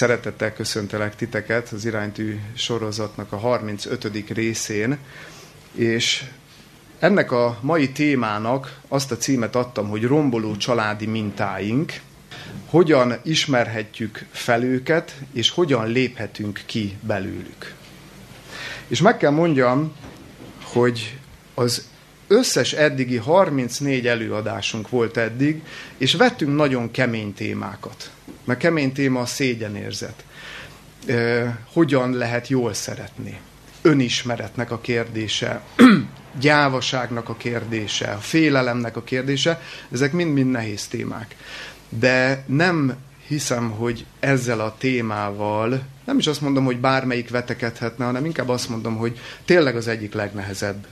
Szeretettel köszöntelek titeket az Iránytű sorozatnak a 35. részén, és ennek a mai témának azt a címet adtam, hogy romboló családi mintáink, hogyan ismerhetjük fel őket, és hogyan léphetünk ki belőlük. És meg kell mondjam, hogy az összes eddigi 34 előadásunk volt eddig, és vettünk nagyon kemény témákat. Mert kemény téma a szégyenérzet. Hogyan lehet jól szeretni? Önismeretnek a kérdése, gyávaságnak a kérdése, a félelemnek a kérdése, ezek mind-mind nehéz témák. De nem hiszem, hogy ezzel a témával, nem is azt mondom, hogy bármelyik vetekedhetne, hanem inkább azt mondom, hogy tényleg az egyik legnehezebb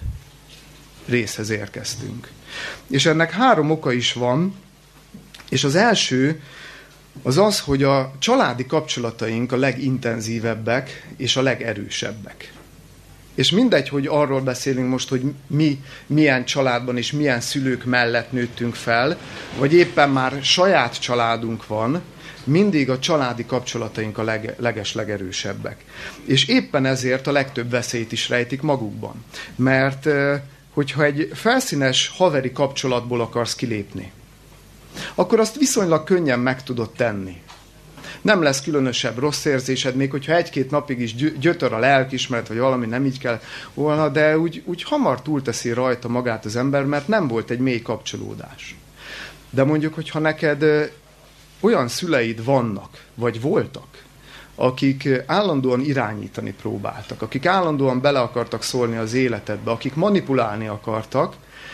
részhez érkeztünk. És ennek 3 oka is van, és az első az az, hogy a családi kapcsolataink a legintenzívebbek és a legerősebbek. És mindegy, hogy arról beszélünk most, hogy mi milyen családban és milyen szülők mellett nőttünk fel, vagy éppen már saját családunk van, mindig a családi kapcsolataink a legerősebbek. És éppen ezért a legtöbb veszélyt is rejtik magukban. Mert hogyha egy felszínes haveri kapcsolatból akarsz kilépni, akkor azt viszonylag könnyen meg tudod tenni. Nem lesz különösebb rossz érzésed, még hogyha 1-2 napig is gyötör a lelkiismeret, vagy valami nem így kell volna, de úgy hamar túlteszi rajta magát az ember, mert nem volt egy mély kapcsolódás. De mondjuk, hogyha neked olyan szüleid vannak, vagy voltak, akik állandóan irányítani próbáltak, akik állandóan bele akartak szólni az életedbe, akik manipulálni akartak,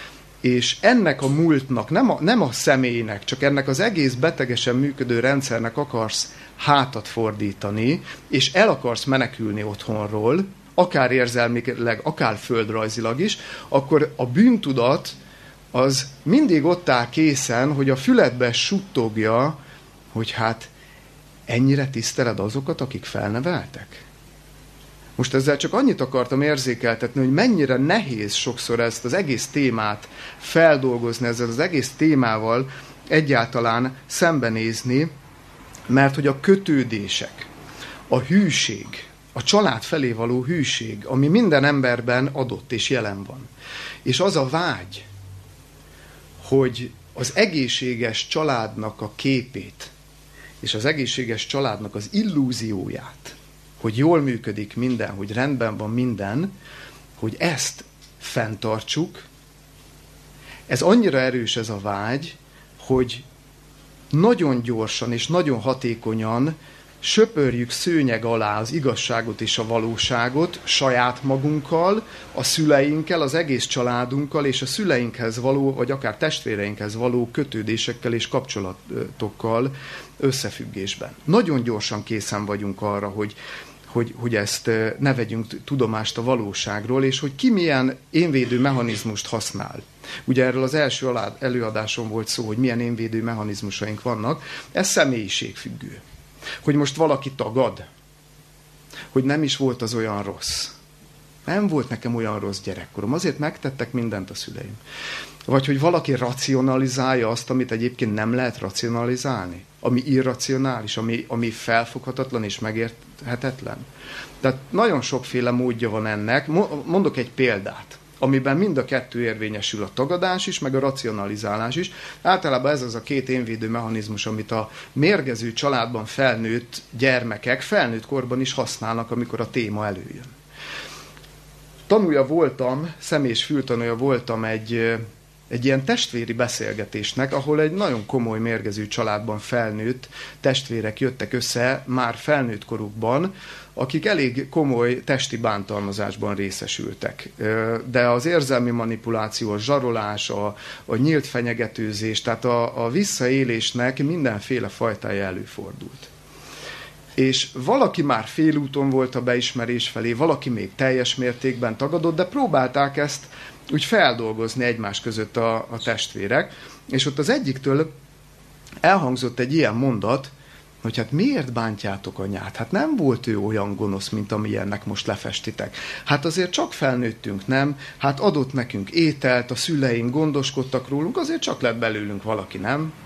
és ennek a múltnak, nem a személynek, csak ennek az egész betegesen működő rendszernek akarsz hátat fordítani, és el akarsz menekülni otthonról, akár érzelmileg, akár földrajzilag is, akkor a bűntudat az mindig ott áll készen, hogy a füledbe suttogja, hogy hát ennyire tiszteled azokat, akik felneveltek? Most ezzel csak annyit akartam érzékeltetni, hogy mennyire nehéz sokszor ezt az egész témát feldolgozni, ezzel az egész témával egyáltalán szembenézni, mert hogy a kötődések, a hűség, a család felé való hűség, ami minden emberben adott és jelen van. És az a vágy, hogy az egészséges családnak a képét, és az egészséges családnak az illúzióját, hogy jól működik minden, hogy rendben van minden, hogy ezt fenntartsuk. Ez annyira erős ez a vágy, hogy nagyon gyorsan és nagyon hatékonyan söpörjük szőnyeg alá az igazságot és a valóságot saját magunkkal, a szüleinkkel, az egész családunkkal és a szüleinkhez való, vagy akár testvéreinkhez való kötődésekkel és kapcsolatokkal összefüggésben. Nagyon gyorsan készen vagyunk arra, hogy ezt ne vegyünk tudomást a valóságról, és hogy ki milyen énvédő mechanizmust használ. Ugye erről az első előadáson volt szó, hogy milyen énvédő mechanizmusaink vannak. Ez személyiségfüggő. Hogy most valaki tagad, hogy nem is volt az olyan rossz. Nem volt nekem olyan rossz gyerekkorom, azért megtettek mindent a szüleim. Vagy hogy valaki racionalizálja azt, amit egyébként nem lehet racionalizálni. Ami irracionális, ami felfoghatatlan és megérthetetlen. Tehát nagyon sokféle módja van ennek. Mondok egy példát, amiben mind a kettő érvényesül, a tagadás is, meg a racionalizálás is. Általában ez az a 2 énvédő mechanizmus, amit a mérgező családban felnőtt gyermekek felnőtt korban is használnak, amikor a téma előjön. Tanúja voltam, szem- és fültanúja voltam egy ilyen testvéri beszélgetésnek, ahol egy nagyon komoly mérgező családban felnőtt testvérek jöttek össze már felnőtt korukban, akik elég komoly testi bántalmazásban részesültek. De az érzelmi manipuláció, a zsarolás, a nyílt fenyegetőzés, tehát a visszaélésnek mindenféle fajtája előfordult. És valaki már félúton volt a beismerés felé, valaki még teljes mértékben tagadott, de próbálták ezt úgy feldolgozni egymás között a testvérek, és ott az egyiktől elhangzott egy ilyen mondat, hogy hát miért bántjátok anyát? Hát nem volt ő olyan gonosz, mint amilyennek most lefestitek. Hát azért csak felnőttünk, nem? Hát adott nekünk ételt, a szüleink gondoskodtak rólunk, azért csak lett belőlünk valaki, nem?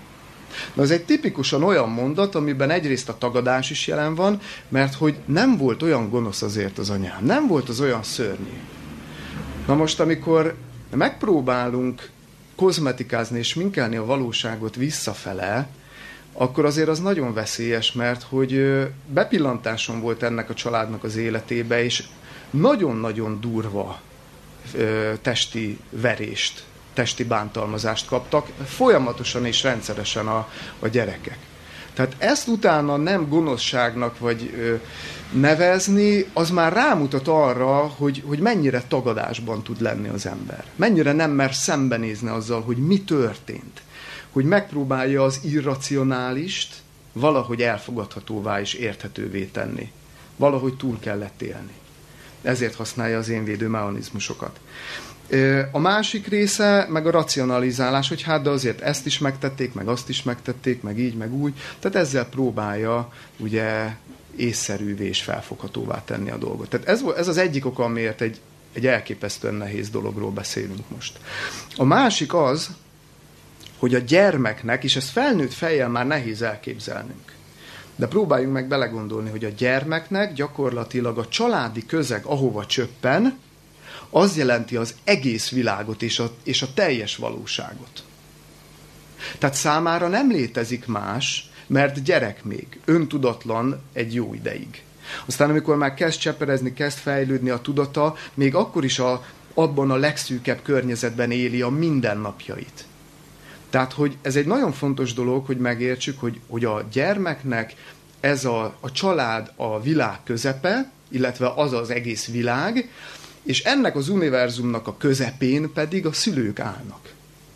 Na, ez egy tipikusan olyan mondat, amiben egyrészt a tagadás is jelen van, mert hogy nem volt olyan gonosz azért az anyám, nem volt az olyan szörnyű. Na most, amikor megpróbálunk kozmetikázni és minkelni a valóságot visszafele, akkor azért az nagyon veszélyes, mert hogy bepillantásom volt ennek a családnak az életébe, és nagyon-nagyon durva testi verést, testi bántalmazást kaptak, folyamatosan és rendszeresen a gyerekek. Tehát ezt utána nem gonoszságnak vagy nevezni, az már rámutat arra, hogy mennyire tagadásban tud lenni az ember. Mennyire nem mer szembenézni azzal, hogy mi történt. Hogy megpróbálja az irracionálist valahogy elfogadhatóvá és érthetővé tenni. Valahogy túl kellett élni. Ezért használja az énvédő mechanizmusokat. A másik része, meg a racionalizálás, hogy hát de azért ezt is megtették, meg azt is megtették, meg így, meg úgy. Tehát ezzel próbálja ugye észszerűvé és felfoghatóvá tenni a dolgot. Tehát ez az egyik oka, amiért egy elképesztően nehéz dologról beszélünk most. A másik az, hogy a gyermeknek, és ezt felnőtt fejjel már nehéz elképzelnünk, de próbáljunk meg belegondolni, hogy a gyermeknek gyakorlatilag a családi közeg, ahova csöppen, az jelenti az egész világot és a teljes valóságot. Tehát számára nem létezik más, mert gyerek még, öntudatlan egy jó ideig. Aztán amikor már kezd cseperezni, kezd fejlődni a tudata, még akkor is abban a legszűkebb környezetben éli a mindennapjait. Tehát, hogy ez egy nagyon fontos dolog, hogy megértsük, hogy a gyermeknek ez a család a világ közepe, illetve az egész világ, és ennek az univerzumnak a közepén pedig a szülők állnak.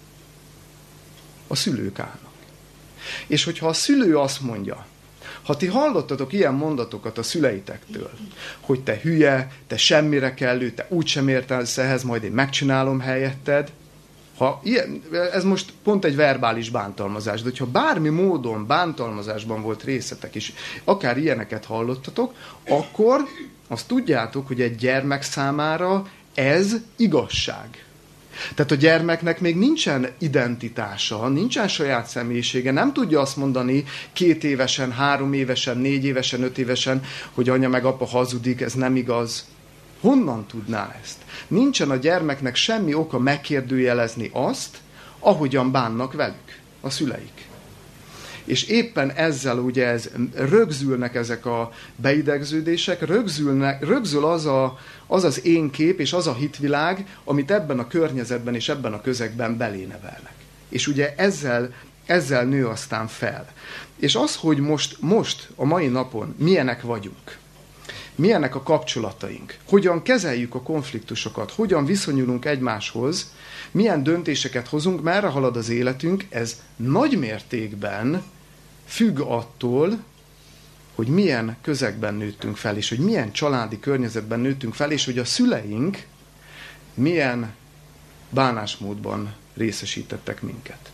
A szülők állnak. És hogyha a szülő azt mondja, ha ti hallottatok ilyen mondatokat a szüleitektől, hogy te hülye, te semmire kellő, te úgysem értesz ehhez, majd én megcsinálom helyetted, ez most pont egy verbális bántalmazás, de hogyha bármi módon bántalmazásban volt részetek, és akár ilyeneket hallottatok, akkor azt tudjátok, hogy egy gyermek számára ez igazság. Tehát a gyermeknek még nincsen identitása, nincsen saját személyisége, nem tudja azt mondani 2 évesen, 3 évesen, 4 évesen, 5 évesen, hogy anya meg apa hazudik, ez nem igaz. Honnan tudná ezt? Nincsen a gyermeknek semmi oka megkérdőjelezni azt, ahogyan bánnak velük a szüleik. És éppen ezzel ugye rögzülnek ezek a beidegződések, rögzül az az én kép és az a hitvilág, amit ebben a környezetben és ebben a közegben belénevelnek. És ugye ezzel nő aztán fel. És az, hogy most a mai napon milyenek vagyunk, milyenek a kapcsolataink, hogyan kezeljük a konfliktusokat, hogyan viszonyulunk egymáshoz, milyen döntéseket hozunk, merre halad az életünk, ez nagy mértékben függ attól, hogy milyen közegben nőttünk fel, és hogy milyen családi környezetben nőttünk fel, és hogy a szüleink milyen bánásmódban részesítettek minket.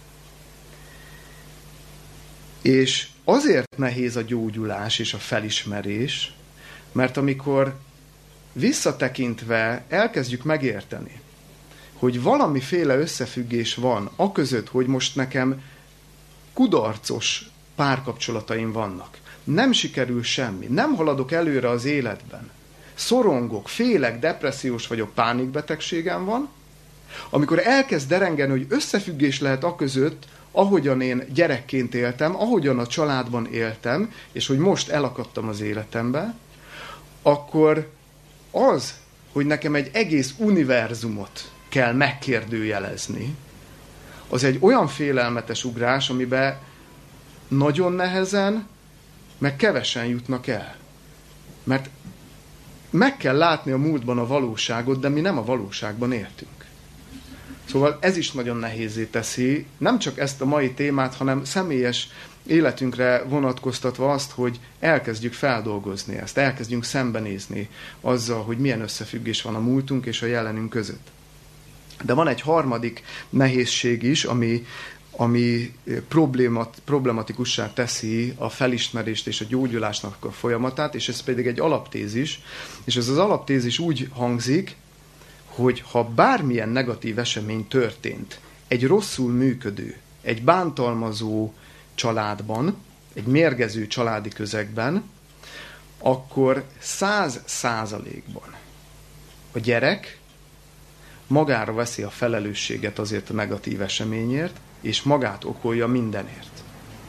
És azért nehéz a gyógyulás és a felismerés, mert amikor visszatekintve elkezdjük megérteni, hogy valamiféle összefüggés van aközött, hogy most nekem kudarcos párkapcsolataim vannak, nem sikerül semmi, nem haladok előre az életben, szorongok, félek, depressziós vagyok, pánikbetegségem van, amikor elkezd derengeni, hogy összefüggés lehet aközött, ahogyan én gyerekként éltem, ahogyan a családban éltem, és hogy most elakadtam az életembe, akkor az, hogy nekem egy egész univerzumot kell megkérdőjelezni, az egy olyan félelmetes ugrás, amiben nagyon nehezen, meg kevesen jutnak el. Mert meg kell látni a múltban a valóságot, de mi nem a valóságban éltünk. Szóval ez is nagyon nehézzé teszi, nem csak ezt a mai témát, hanem személyes életünkre vonatkoztatva azt, hogy elkezdjük feldolgozni ezt, elkezdjünk szembenézni azzal, hogy milyen összefüggés van a múltunk és a jelenünk között. De van egy harmadik nehézség is, ami problematikussá teszi a felismerést és a gyógyulásnak a folyamatát, és ez pedig egy alaptézis, és ez az alaptézis úgy hangzik, hogy ha bármilyen negatív esemény történt, egy rosszul működő, egy bántalmazó családban, egy mérgező családi közegben, akkor 100%-ban a gyerek magára veszi a felelősséget azért a negatív eseményért, és magát okolja mindenért.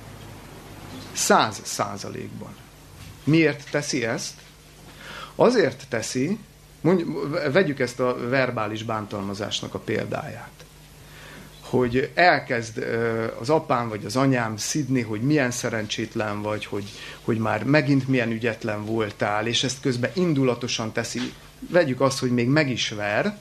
100%-ban. Miért teszi ezt? Azért teszi, vegyük ezt a verbális bántalmazásnak a példáját, hogy elkezd az apám vagy az anyám szidni, hogy milyen szerencsétlen vagy, hogy már megint milyen ügyetlen voltál, és ezt közben indulatosan teszi, vegyük azt, hogy még meg is ver,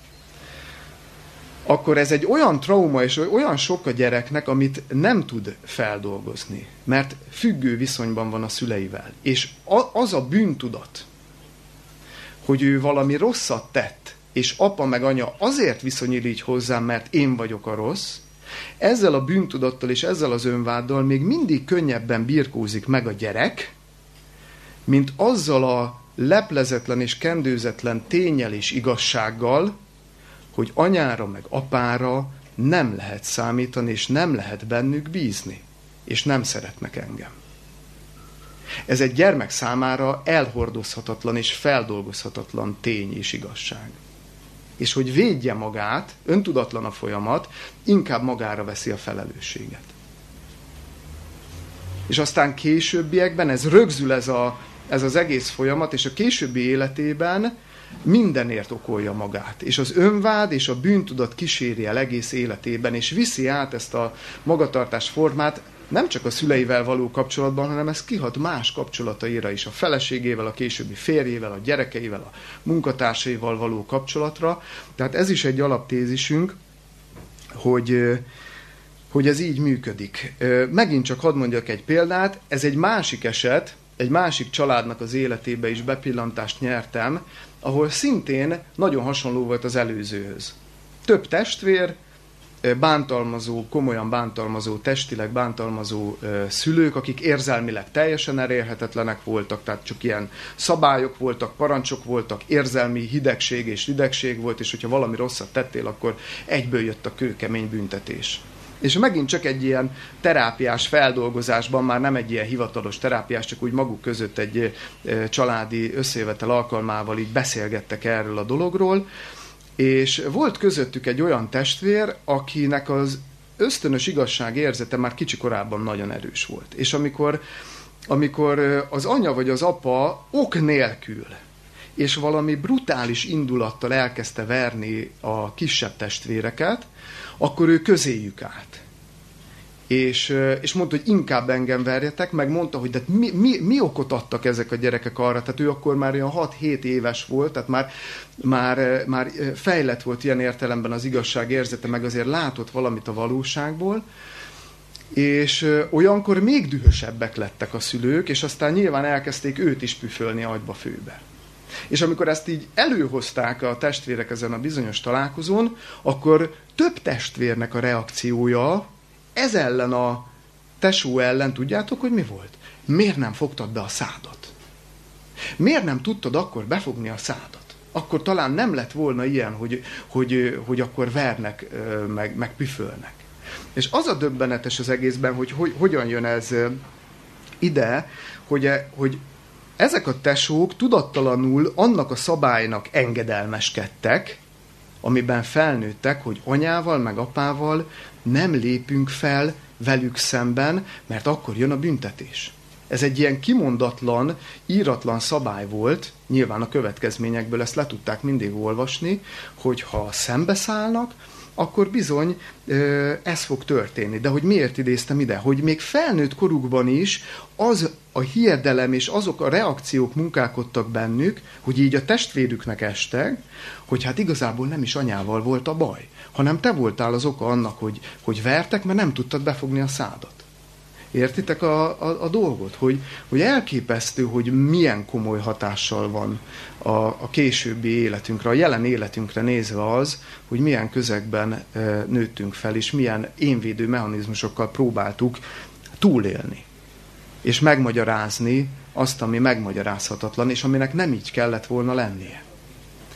akkor ez egy olyan trauma és olyan sok a gyereknek, amit nem tud feldolgozni, mert függő viszonyban van a szüleivel. És az a bűntudat, hogy ő valami rosszat tett, és apa meg anya azért viszonyul így hozzám, mert én vagyok a rossz, ezzel a bűntudattal és ezzel az önváddal még mindig könnyebben birkózik meg a gyerek, mint azzal a leplezetlen és kendőzetlen ténnyel és igazsággal, hogy anyára meg apára nem lehet számítani, és nem lehet bennük bízni, és nem szeretnek engem. Ez egy gyermek számára elhordozhatatlan és feldolgozhatatlan tény és igazság. És hogy védje magát, öntudatlan a folyamat, inkább magára veszi a felelősséget. És aztán későbbiekben ez rögzül ez az egész folyamat, és a későbbi életében mindenért okolja magát. És az önvád és a bűntudat kíséri el egész életében, és viszi át ezt a magatartás formát nem csak a szüleivel való kapcsolatban, hanem ez kihat más kapcsolataira is, a feleségével, a későbbi férjével, a gyerekeivel, a munkatársaival való kapcsolatra. Tehát ez is egy alaptézisünk, hogy ez így működik. Megint csak hadd mondjak egy példát, ez egy másik eset, egy másik családnak az életébe is bepillantást nyertem, ahol szintén nagyon hasonló volt az előzőhöz. Több testvér, bántalmazó, komolyan bántalmazó, testileg bántalmazó szülők, akik érzelmileg teljesen elérhetetlenek voltak, tehát csak ilyen szabályok voltak, parancsok voltak, érzelmi hidegség és ridegség volt, és hogyha valami rosszat tettél, akkor egyből jött a kőkemény büntetés. És megint csak egy ilyen terápiás feldolgozásban, már nem egy ilyen hivatalos terápiás, csak úgy maguk között egy családi összejövetel alkalmával így beszélgettek erről a dologról, és volt közöttük egy olyan testvér, akinek az ösztönös igazság érzete már kicsi korában nagyon erős volt. És amikor az anya vagy az apa ok nélkül, és valami brutális indulattal elkezdte verni a kisebb testvéreket, akkor ő közéjük állt. És mondta, hogy inkább engem verjetek, meg mondta, hogy de mi okot adtak ezek a gyerekek arra, tehát ő akkor már olyan 6-7 éves volt, tehát már fejlett volt ilyen értelemben az igazság érzete, meg azért látott valamit a valóságból, és olyankor még dühösebbek lettek a szülők, és aztán nyilván elkezdték őt is püfölni agyba főbe. És amikor ezt így előhozták a testvérek ezen a bizonyos találkozón, akkor több testvérnek a reakciója ez ellen a tesó ellen, tudjátok, hogy mi volt? Miért nem fogtad be a szádat? Miért nem tudtad akkor befogni a szádat? Akkor talán nem lett volna ilyen, hogy akkor vernek, meg püfölnek. És az a döbbenetes az egészben, hogy hogyan jön ez ide, hogy ezek a tesók tudattalanul annak a szabálynak engedelmeskedtek, amiben felnőttek, hogy anyával meg apával nem lépünk fel velük szemben, mert akkor jön a büntetés. Ez egy ilyen kimondatlan, íratlan szabály volt, nyilván a következményekből ezt le tudták mindig olvasni, hogy ha szembeszállnak, akkor bizony ez fog történni. De hogy miért idéztem ide? Hogy még felnőtt korukban is az a hiedelem és azok a reakciók munkálkodtak bennük, hogy így a testvérüknek estek, hogy hát igazából nem is anyával volt a baj, hanem te voltál az oka annak, hogy vertek, mert nem tudtad befogni a szádat. Értitek a dolgot? Hogy elképesztő, hogy milyen komoly hatással van a későbbi életünkre, a jelen életünkre nézve az, hogy milyen közegben nőttünk fel, és milyen énvédő mechanizmusokkal próbáltuk túlélni. És megmagyarázni azt, ami megmagyarázhatatlan, és aminek nem így kellett volna lennie.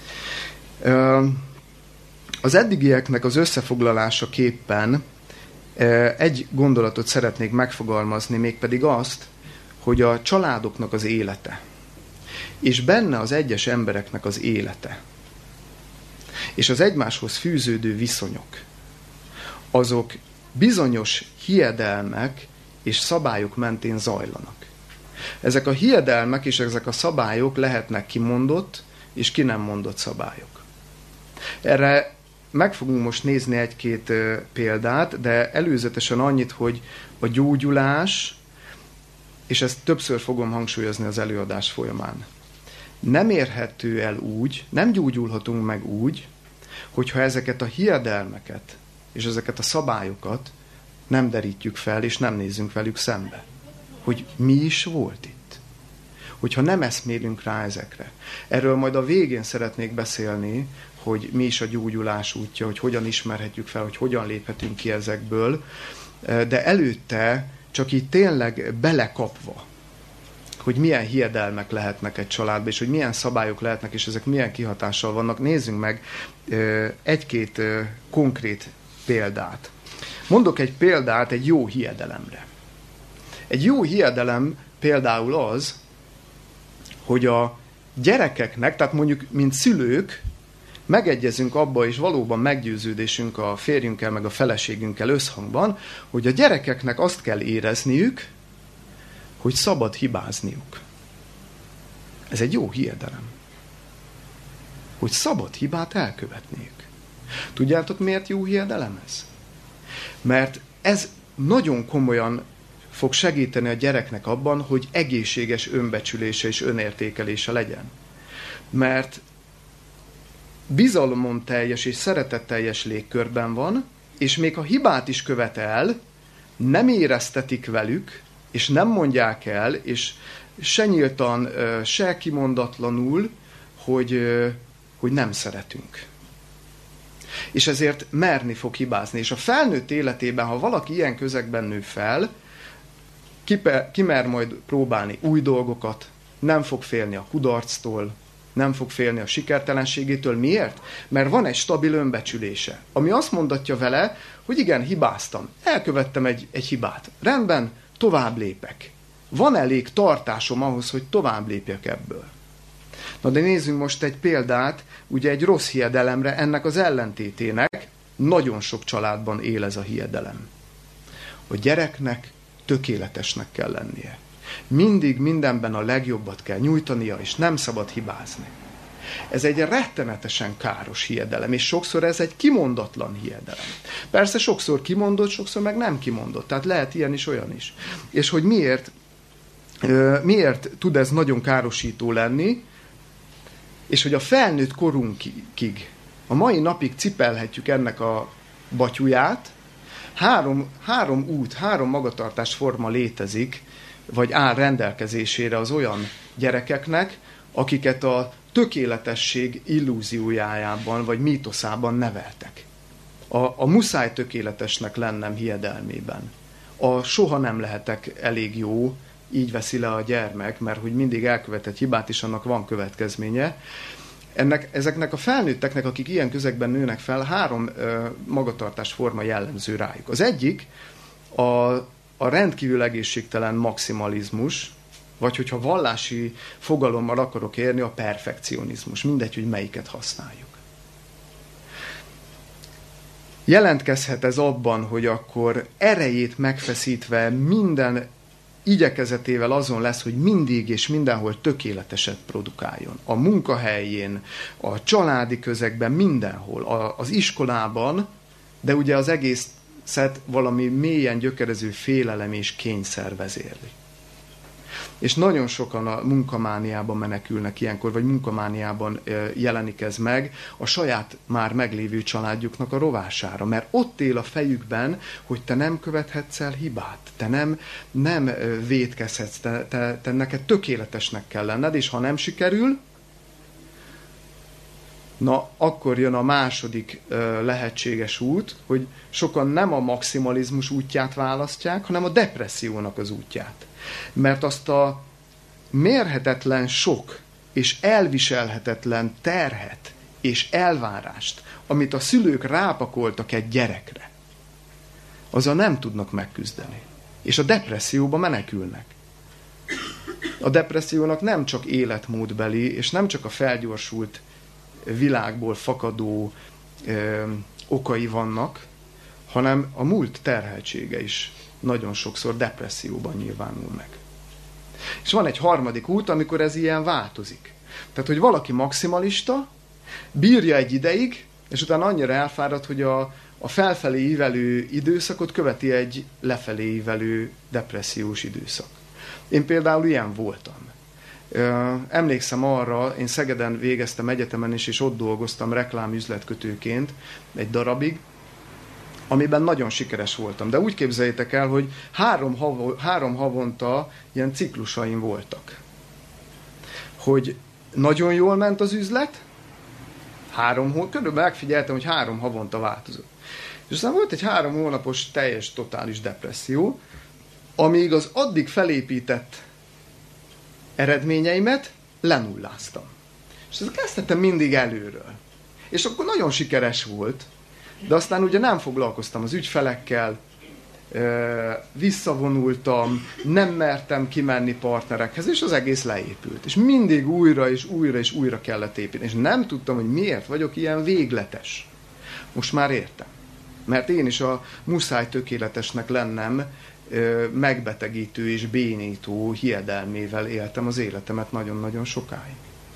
Az eddigieknek az összefoglalásaképpen Egy gondolatot szeretnék megfogalmazni, mégpedig azt, hogy a családoknak az élete, és benne az egyes embereknek az élete, és az egymáshoz fűződő viszonyok, azok bizonyos hiedelmek és szabályok mentén zajlanak. Ezek a hiedelmek és ezek a szabályok lehetnek kimondott és ki nem mondott szabályok. Erre meg fogunk most nézni egy-két példát, de előzetesen annyit, hogy a gyógyulás, és ezt többször fogom hangsúlyozni az előadás folyamán, nem érhető el úgy, nem gyógyulhatunk meg úgy, hogyha ezeket a hiedelmeket és ezeket a szabályokat nem derítjük fel, és nem nézzünk velük szembe. Hogy mi is volt itt. Hogyha nem eszmélünk rá ezekre. Erről majd a végén szeretnék beszélni, hogy mi is a gyógyulás útja, hogy hogyan ismerhetjük fel, hogy hogyan léphetünk ki ezekből, de előtte csak így tényleg belekapva, hogy milyen hiedelmek lehetnek egy családban, és hogy milyen szabályok lehetnek, és ezek milyen kihatással vannak. Nézzünk meg egy-két konkrét példát. Mondok egy példát egy jó hiedelemre. Egy jó hiedelem például az, hogy a gyerekeknek, tehát mondjuk mint szülők, megegyezünk abba, és valóban meggyőződésünk a férjünkkel, meg a feleségünkkel összhangban, hogy a gyerekeknek azt kell érezniük, hogy szabad hibázniuk. Ez egy jó hiedelem. Hogy szabad hibát elkövetniük. Tudjátok, miért jó hiedelem ez? Mert ez nagyon komolyan fog segíteni a gyereknek abban, hogy egészséges önbecsülése és önértékelése legyen. Mert bizalomon teljes és szeretetteljes légkörben van, és még ha hibát is követ, nem éreztetik velük, és nem mondják el, és se nyíltan, se kimondatlanul, hogy nem szeretünk. És ezért merni fog hibázni. És a felnőtt életében, ha valaki ilyen közegben nő fel, kimer majd próbálni új dolgokat, nem fog félni a kudarctól, nem fog félni a sikertelenségétől. Miért? Mert van egy stabil önbecsülése, ami azt mondatja vele, hogy igen, hibáztam, elkövettem egy hibát. Rendben, tovább lépek. Van elég tartásom ahhoz, hogy tovább lépjek ebből. Na de nézzünk most egy példát, ugye egy rossz hiedelemre, ennek az ellentétének nagyon sok családban él ez a hiedelem. A gyereknek tökéletesnek kell lennie. Mindig mindenben a legjobbat kell nyújtania, és nem szabad hibázni. Ez egy rettenetesen káros hiedelem, és sokszor ez egy kimondatlan hiedelem. Persze sokszor kimondott, sokszor meg nem kimondott, tehát lehet ilyen is, olyan is. És hogy miért tud ez nagyon károsító lenni, és hogy a felnőtt korunkig, a mai napig cipelhetjük ennek a batyuját. Három magatartásforma létezik, vagy áll rendelkezésére az olyan gyerekeknek, akiket a tökéletesség illúziójájában, vagy mítoszában neveltek. A muszáj tökéletesnek lennem hiedelmében. A soha nem lehetek elég jó, így veszi le a gyermek, mert hogy mindig elkövetett hibát is, annak van következménye. Ezeknek a felnőtteknek, akik ilyen közegben nőnek fel, 3 magatartásforma jellemző rájuk. Az egyik a rendkívül egészségtelen maximalizmus, vagy hogyha vallási fogalommal akarok érni, a perfekcionizmus. Mindegy, hogy melyiket használjuk. Jelentkezhet ez abban, hogy akkor erejét megfeszítve minden igyekezetével azon lesz, hogy mindig és mindenhol tökéleteset produkáljon. A munkahelyén, a családi közegben, mindenhol, az iskolában, de ugye az egészet valami mélyen gyökerező félelem és kényszer vezérli. És nagyon sokan a munkamániában menekülnek ilyenkor, vagy munkamániában jelenik ez meg a saját már meglévő családjuknak a rovására. Mert ott él a fejükben, hogy te nem követhetsz el hibát, te nem vétkezhetsz, te neked tökéletesnek kell lenned, és ha nem sikerül, na, akkor jön a második lehetséges út, hogy sokan nem a maximalizmus útját választják, hanem a depressziónak az útját. Mert azt a mérhetetlen sok és elviselhetetlen terhet és elvárást, amit a szülők rápakoltak egy gyerekre, azzal nem tudnak megküzdeni. És a depresszióba menekülnek. A depressziónak nem csak életmódbeli, és nem csak a felgyorsult világból fakadó okai vannak, hanem a múlt terheltsége is nagyon sokszor depresszióban nyilvánul meg. És van egy harmadik út, amikor ez ilyen változik. Tehát, hogy valaki maximalista, bírja egy ideig, és utána annyira elfárad, hogy a felfelé ívelő időszakot követi egy lefelé ívelő depressziós időszak. Én például ilyen voltam. Emlékszem arra, én Szegeden végeztem egyetemen is, és ott dolgoztam reklámüzletkötőként egy darabig, amiben nagyon sikeres voltam. De úgy képzeljétek el, hogy három havonta ilyen ciklusaim voltak. Hogy nagyon jól ment az üzlet, körülbelül megfigyeltem, hogy 3 havonta változott. És aztán volt egy 3 hónapos teljes, totális depresszió, amíg az addig felépített eredményeimet lenulláztam. És ezt kezdtem mindig előről. És akkor nagyon sikeres volt, de aztán ugye nem foglalkoztam az ügyfelekkel, visszavonultam, nem mertem kimenni partnerekhez, és az egész leépült. És mindig újra és újra és újra kellett építeni. És nem tudtam, hogy miért vagyok ilyen végletes. Most már értem. Mert én is a muszáj tökéletesnek lennem megbetegítő és bénító hiedelmével éltem az életemet nagyon-nagyon sokáig.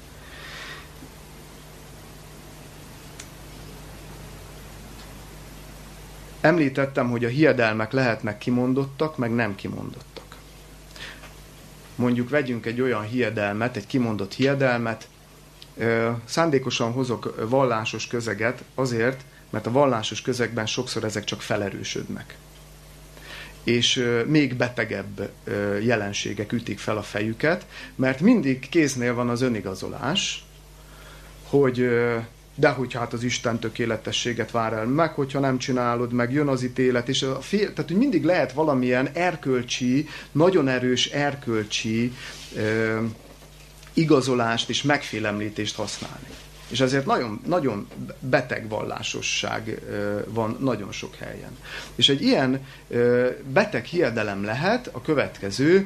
Említettem, hogy a hiedelmek lehetnek kimondottak, meg nem kimondottak. Mondjuk vegyünk egy olyan hiedelmet, egy kimondott hiedelmet, szándékosan hozok vallásos közeget azért, mert a vallásos közegben sokszor ezek csak felerősödnek. És még betegebb jelenségek ütik fel a fejüket, mert mindig kéznél van az önigazolás, hogy de hogy hát az Isten tökéletességet vár el meg, hogyha nem csinálod, meg jön az ítélet, és tehát hogy mindig lehet valamilyen erkölcsi, nagyon erős erkölcsi igazolást és megfélemlítést használni. És ezért nagyon, nagyon beteg vallásosság van nagyon sok helyen. És egy ilyen beteg hiedelem lehet a következő: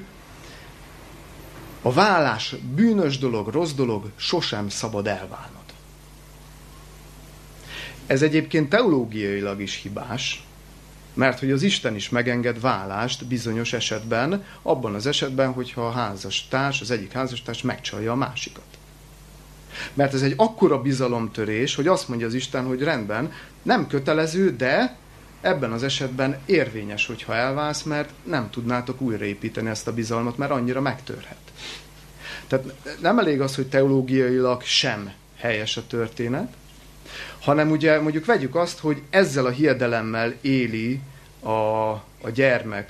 a válás bűnös dolog, rossz dolog, sosem szabad elválnod. Ez egyébként teológiailag is hibás, mert hogy az Isten is megenged válást bizonyos esetben, abban az esetben, hogyha a házastárs, az egyik házastárs megcsalja a másikat. Mert ez egy akkora bizalomtörés, hogy azt mondja az Isten, hogy rendben, nem kötelező, de ebben az esetben érvényes, hogyha elválsz, mert nem tudnátok újraépíteni ezt a bizalmat, mert annyira megtörhet. Tehát nem elég az, hogy teológiailag sem helyes a történet, hanem ugye mondjuk vegyük azt, hogy ezzel a hiedelemmel éli a gyermek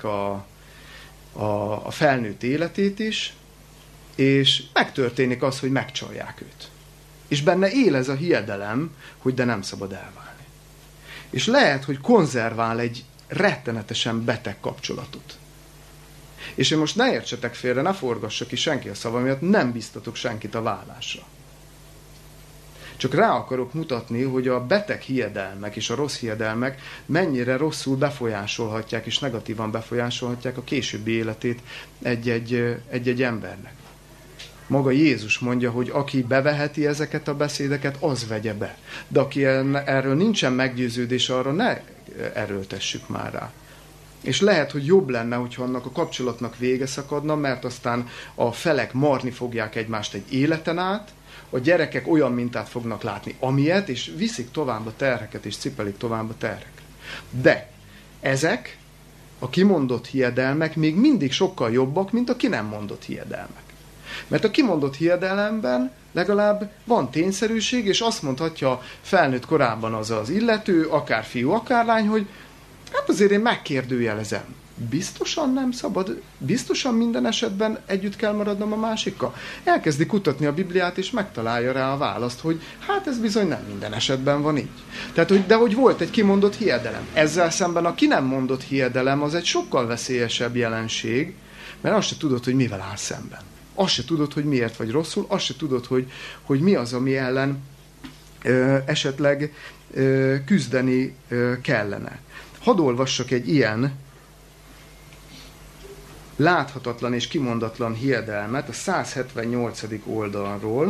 a felnőtt életét is, és megtörténik az, hogy megcsalják őt. És benne él ez a hiedelem, hogy de nem szabad elválni. És lehet, hogy konzervál egy rettenetesen beteg kapcsolatot. És én most ne értsetek félre, ne forgassa ki senki a szava miatt, nem biztatok senkit a válásra. Csak rá akarok mutatni, hogy a beteg hiedelmek és a rossz hiedelmek mennyire rosszul befolyásolhatják és negatívan befolyásolhatják a későbbi életét egy-egy embernek. Maga Jézus mondja, hogy aki beveheti ezeket a beszédeket, az vegye be. De aki erről nincsen meggyőződés, arra ne erőltessük már rá. És lehet, hogy jobb lenne, hogyha annak a kapcsolatnak vége szakadna, mert aztán a felek marni fogják egymást egy életen át, a gyerekek olyan mintát fognak látni, amilyet, és viszik tovább a terheket, és cipelik tovább a terheket. De ezek a kimondott hiedelmek még mindig sokkal jobbak, mint a ki nem mondott hiedelmek. Mert a kimondott hiedelemben legalább van tényszerűség, és azt mondhatja felnőtt korában az illető, akár fiú, akár lány, hogy hát azért én megkérdőjelezem. Biztosan nem szabad, biztosan minden esetben együtt kell maradnom a másikkal. Elkezdi kutatni a Bibliát, és megtalálja rá a választ, hogy hát ez bizony nem minden esetben van így. Tehát, hogy volt egy kimondott hiedelem. Ezzel szemben a ki nem mondott hiedelem az egy sokkal veszélyesebb jelenség, mert azt se tudod, hogy mivel áll szemben. Azt se tudod, hogy miért vagy rosszul, azt se tudod, hogy mi az, ami ellen esetleg küzdeni kellene. Hadd olvassak egy ilyen láthatatlan és kimondatlan hiedelmet a 178. oldalról,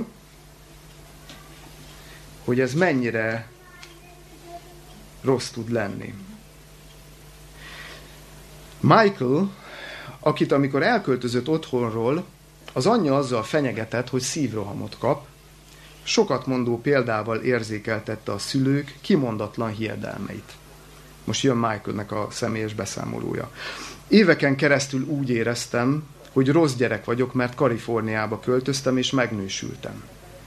hogy ez mennyire rossz tud lenni. Michael, akit amikor elköltözött otthonról, az anyja azzal fenyegetett, hogy szívrohamot kap, sokat mondó példával érzékeltette a szülők kimondatlan hiedelmeit. Most jön Michaelnek a személyes beszámolója. Éveken keresztül úgy éreztem, hogy rossz gyerek vagyok, mert Kaliforniába költöztem és megnősültem.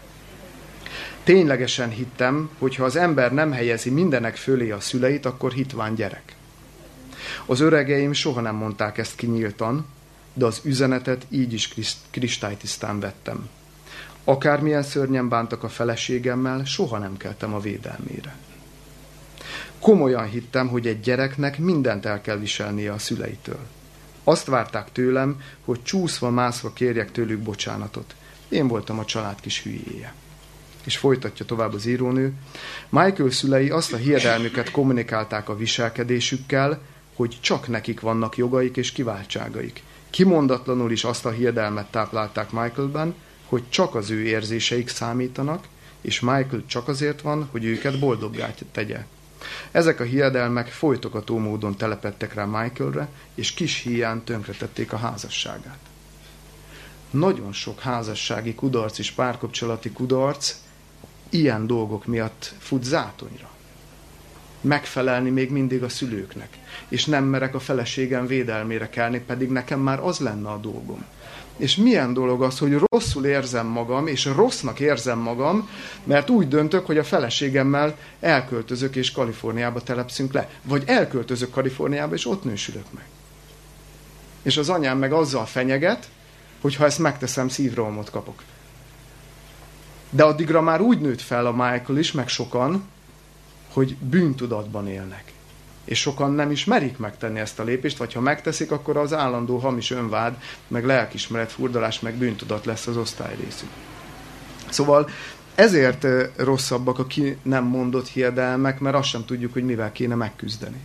Ténylegesen hittem, hogy ha az ember nem helyezi mindenek fölé a szüleit, akkor hitván gyerek. Az öregeim soha nem mondták ezt ki nyíltan, de az üzenetet így is kristálytisztán vettem. Akármilyen szörnyen bántak a feleségemmel, soha nem keltem a védelmére. Komolyan hittem, hogy egy gyereknek mindent el kell viselnie a szüleitől. Azt várták tőlem, hogy csúszva-mászva kérjek tőlük bocsánatot. Én voltam a család kis hülyéje. És folytatja tovább az írónő. Michael szülei azt a hiedelmüket kommunikálták a viselkedésükkel, hogy csak nekik vannak jogaik és kiváltságaik. Kimondatlanul is azt a hiedelmet táplálták Michaelben, hogy csak az ő érzéseik számítanak, és Michael csak azért van, hogy őket boldoggá tegye. Ezek a hiedelmek folytogató módon telepedtek rá Michaelre, és kis híján tönkretették a házasságát. Nagyon sok házassági kudarc és párkapcsolati kudarc ilyen dolgok miatt fut zátonyra. Megfelelni még mindig a szülőknek, és nem merek a feleségem védelmére kelni, pedig nekem már az lenne a dolgom. És milyen dolog az, hogy rosszul érzem magam, és rossznak érzem magam, mert úgy döntök, hogy a feleségemmel elköltözök, és Kaliforniába telepszünk le. Vagy elköltözök Kaliforniába, és ott nősülök meg. És az anyám meg azzal fenyeget, hogy ha ezt megteszem, szívrohamot kapok. De addigra már úgy nőtt fel a Michael is, meg sokan, hogy bűntudatban élnek. És sokan nem is merik megtenni ezt a lépést, vagy ha megteszik, akkor az állandó hamis önvád, meg lelkismeret furdalás, meg bűntudat lesz az osztályrészük. Szóval ezért rosszabbak a ki nem mondott hiedelmek, mert azt sem tudjuk, hogy mivel kéne megküzdeni.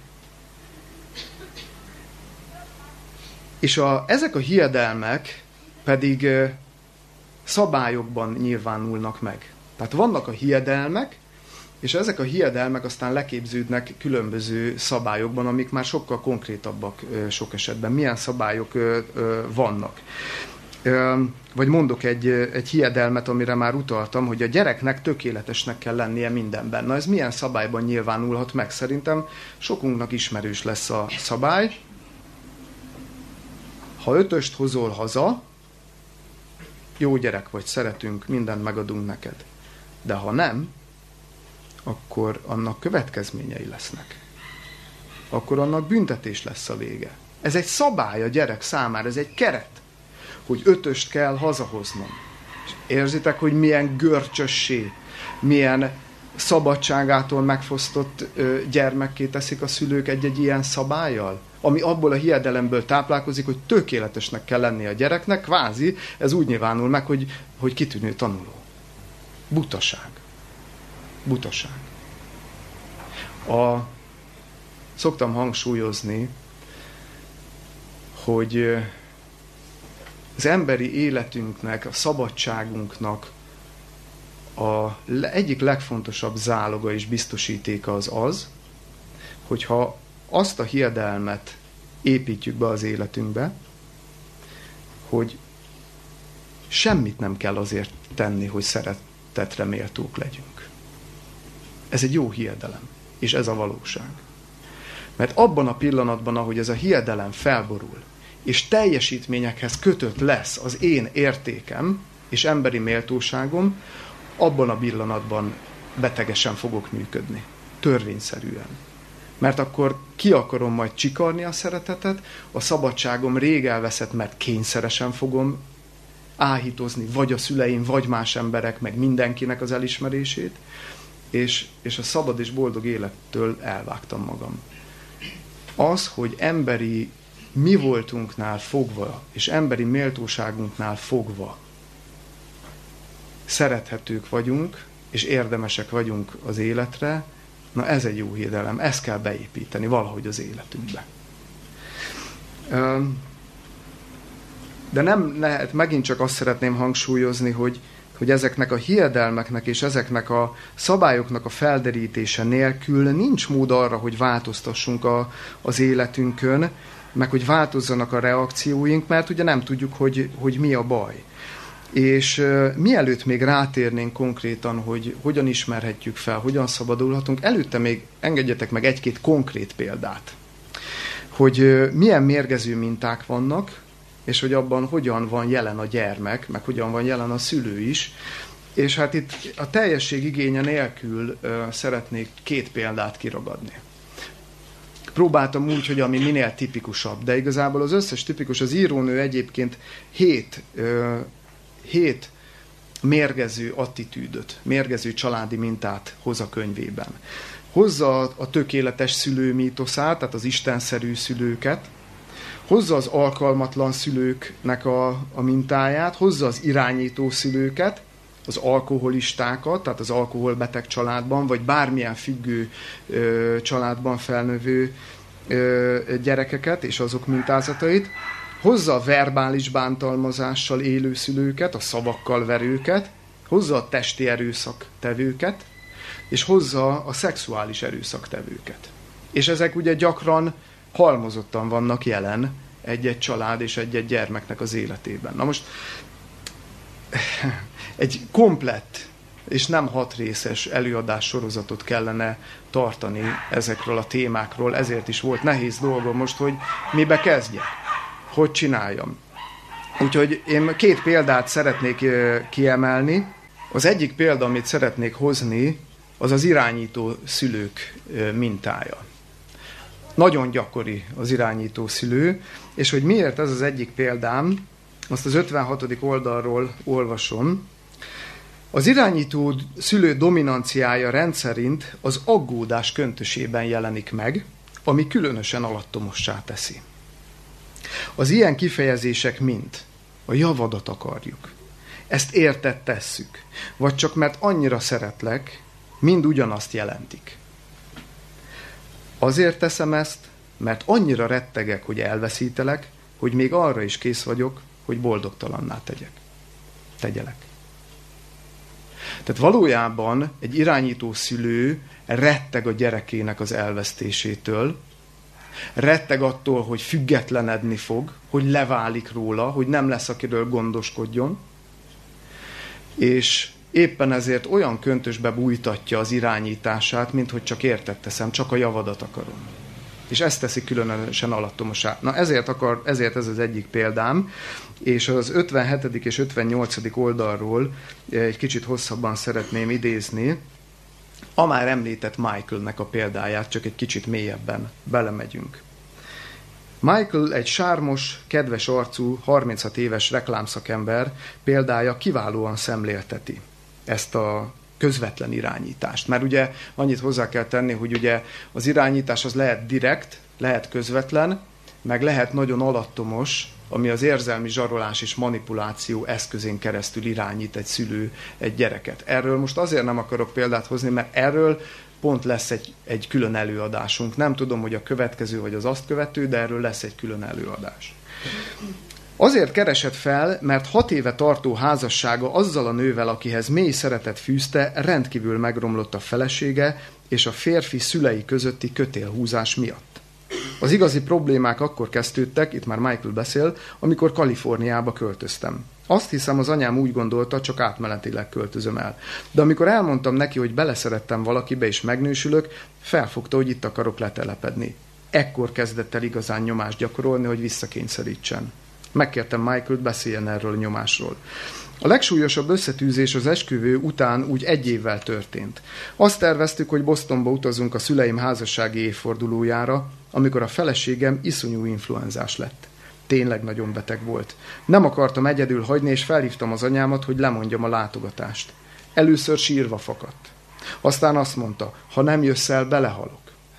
És ezek a hiedelmek pedig szabályokban nyilvánulnak meg. Tehát vannak a hiedelmek, és ezek a hiedelmek aztán leképződnek különböző szabályokban, amik már sokkal konkrétabbak sok esetben. Milyen szabályok vannak? Vagy mondok egy hiedelmet, amire már utaltam, hogy a gyereknek tökéletesnek kell lennie mindenben. Na ez milyen szabályban nyilvánulhat meg? Szerintem sokunknak ismerős lesz a szabály. Ha 5-öst hozol haza, jó gyerek vagy, szeretünk, mindent megadunk neked. De ha nem, akkor annak következményei lesznek. Akkor annak büntetés lesz a vége. Ez egy szabály a gyerek számára, ez egy keret, hogy 5-öst kell hazahoznom. És érzitek, hogy milyen görcsössé, milyen szabadságától megfosztott gyermekké teszik a szülők egy-egy ilyen szabállyal, ami abból a hiedelemből táplálkozik, hogy tökéletesnek kell lennie a gyereknek, kvázi ez úgy nyilvánul meg, hogy kitűnő tanuló. Butaság. Butaság. Szoktam hangsúlyozni, hogy az emberi életünknek, a szabadságunknak egyik legfontosabb záloga és biztosítéka az, hogyha azt a hiedelmet építjük be az életünkbe, hogy semmit nem kell azért tenni, hogy szeretetre méltók legyünk. Ez egy jó hiedelem, és ez a valóság. Mert abban a pillanatban, ahogy ez a hiedelem felborul, és teljesítményekhez kötött lesz az én értékem és emberi méltóságom, abban a pillanatban betegesen fogok működni. Törvényszerűen. Mert akkor ki akarom majd csikarni a szeretetet, a szabadságom rég elveszett, mert kényszeresen fogom áhítozni, vagy a szüleim, vagy más emberek, meg mindenkinek az elismerését, és a szabad és boldog élettől elvágtam magam. Az, hogy emberi mi voltunknál fogva, és emberi méltóságunknál fogva szerethetők vagyunk, és érdemesek vagyunk az életre, Na ez egy jó hiedelem, ezt kell beépíteni valahogy az életünkbe. De nem lehet, megint csak azt szeretném hangsúlyozni, hogy ezeknek a hiedelmeknek és ezeknek a szabályoknak a felderítése nélkül nincs mód arra, hogy változtassunk az életünkön, meg hogy változzanak a reakcióink, mert ugye nem tudjuk, hogy mi a baj. És mielőtt még rátérnénk konkrétan, hogy hogyan ismerhetjük fel, hogyan szabadulhatunk, előtte még engedjetek meg egy-két konkrét példát, hogy milyen mérgező minták vannak, és hogy abban hogyan van jelen a gyermek, meg hogyan van jelen a szülő is. És hát itt a teljesség igénye nélkül szeretnék 2 példát kiragadni. Próbáltam úgy, hogy ami minél tipikusabb, de igazából az összes tipikus. Az írónő egyébként 7 mérgező attitűdöt, mérgező családi mintát hoz a könyvében. Hozza a tökéletes szülő mítoszát, tehát az istenszerű szülőket, hozza az alkalmatlan szülőknek a mintáját, hozza az irányító szülőket, az alkoholistákat, tehát az alkoholbeteg családban, vagy bármilyen függő családban felnövő gyerekeket és azok mintázatait, hozza a verbális bántalmazással élő szülőket, a szavakkal verőket, hozza a testi erőszaktevőket, és hozza a szexuális erőszaktevőket. És ezek ugye gyakran halmozottan vannak jelen egy-egy család és egy-egy gyermeknek az életében. Na most egy komplett és nem 6 részes előadás sorozatot kellene tartani ezekről a témákról, ezért is volt nehéz dolgom most, hogy mibe kezdjek, hogy csináljam. Úgyhogy én 2 példát szeretnék kiemelni. Az egyik példa, amit szeretnék hozni, az az irányító szülők mintája. Nagyon gyakori az irányító szülő, és hogy miért ez az egyik példám, azt az 56. oldalról olvasom. Az irányító szülő dominanciája rendszerint az aggódás köntösében jelenik meg, ami különösen alattomossá teszi. Az ilyen kifejezések mind a javadat akarjuk. Ezt érted tesszük, vagy csak mert annyira szeretlek, mind ugyanazt jelentik. Azért teszem ezt, mert annyira rettegek, hogy elveszítelek, hogy még arra is kész vagyok, hogy boldogtalanná tegyelek. Tehát valójában egy irányító szülő retteg a gyerekének az elvesztésétől, retteg attól, hogy függetlenedni fog, hogy leválik róla, hogy nem lesz, akiről gondoskodjon, és éppen ezért olyan köntösbe bújtatja az irányítását, mint hogy csak érted teszem, csak a javadat akarom. És ezt teszi különösen alattomosá. Na ezért ez az egyik példám, és az 57. és 58. oldalról egy kicsit hosszabban szeretném idézni a már említett Michaelnek a példáját, csak egy kicsit mélyebben belemegyünk. Michael egy sármos, kedves arcú, 36 éves reklámszakember példája kiválóan szemlélteti ezt a közvetlen irányítást. Mert ugye annyit hozzá kell tenni, hogy ugye az irányítás az lehet direkt, lehet közvetlen, meg lehet nagyon alattomos, ami az érzelmi zsarolás és manipuláció eszközén keresztül irányít egy szülő egy gyereket. Erről most azért nem akarok példát hozni, mert erről pont lesz egy külön előadásunk. Nem tudom, hogy a következő vagy az azt követő, de erről lesz egy külön előadás. Azért keresett fel, mert 6 éve tartó házassága azzal a nővel, akihez mély szeretet fűzte, rendkívül megromlott a felesége és a férfi szülei közötti kötélhúzás miatt. Az igazi problémák akkor kezdődtek, itt már Michael beszél, amikor Kaliforniába költöztem. Azt hiszem, az anyám úgy gondolta, csak átmenetileg költözöm el. De amikor elmondtam neki, hogy beleszerettem valakibe és megnősülök, felfogta, hogy itt akarok letelepedni. Ekkor kezdett el igazán nyomást gyakorolni, hogy visszakényszerítsen. Megkértem Michaelt, beszéljen erről a nyomásról. A legsúlyosabb összetűzés az esküvő után úgy 1 évvel történt. Azt terveztük, hogy Bostonba utazunk a szüleim házassági évfordulójára, amikor a feleségem iszonyú influenzás lett. Tényleg nagyon beteg volt. Nem akartam egyedül hagyni, és felhívtam az anyámat, hogy lemondjam a látogatást. Először sírva fakadt. Aztán azt mondta, ha nem jössz el, belehalok.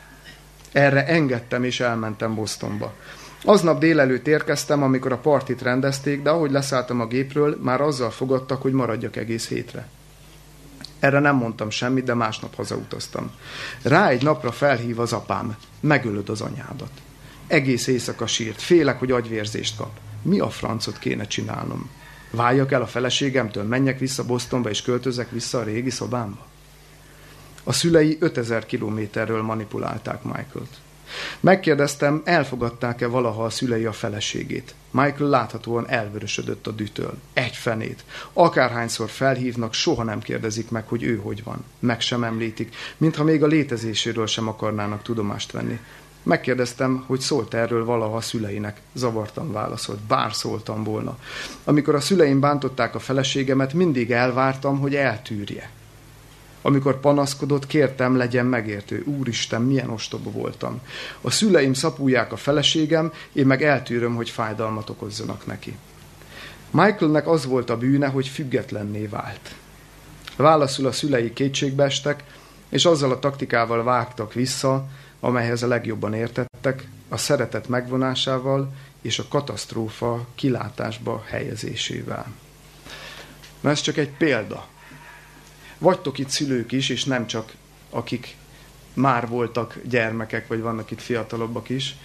Erre engedtem, és elmentem Bostonba. Aznap délelőtt érkeztem, amikor a partit rendezték, de ahogy leszálltam a gépről, már azzal fogadtak, hogy maradjak egész hétre. Erre nem mondtam semmit, de másnap hazautaztam. Rá egy napra felhív az apám, megölöd az anyádat. Egész éjszaka sírt, félek, hogy agyvérzést kap. Mi a francot kéne csinálnom? Váljak el a feleségemtől, menjek vissza Bostonba és költözek vissza a régi szobámba? A szülei 5000 kilométerről manipulálták Michaelt. Megkérdeztem, elfogadták-e valaha a szülei a feleségét. Michael láthatóan elvörösödött a dühtől. Egy fenét. Akárhányszor felhívnak, soha nem kérdezik meg, hogy ő hogy van. Meg sem említik, mintha még a létezéséről sem akarnának tudomást venni. Megkérdeztem, hogy szólt erről valaha a szüleinek. Zavartan válaszolt, bár szóltam volna. Amikor a szüleim bántották a feleségemet, mindig elvártam, hogy eltűrje. Amikor panaszkodott, kértem, legyen megértő. Úristen, milyen ostoba voltam. A szüleim szapulják a feleségem, én meg eltűröm, hogy fájdalmat okozzanak neki. Michaelnek az volt a bűne, hogy függetlenné vált. Válaszul a szülei kétségbe estek, és azzal a taktikával vágtak vissza, amelyhez a legjobban értettek, a szeretet megvonásával és a katasztrófa kilátásba helyezésével. Na ez csak egy példa. Vagytok itt szülők is, és nem csak akik már voltak gyermekek, vagy vannak itt fiatalabbak is.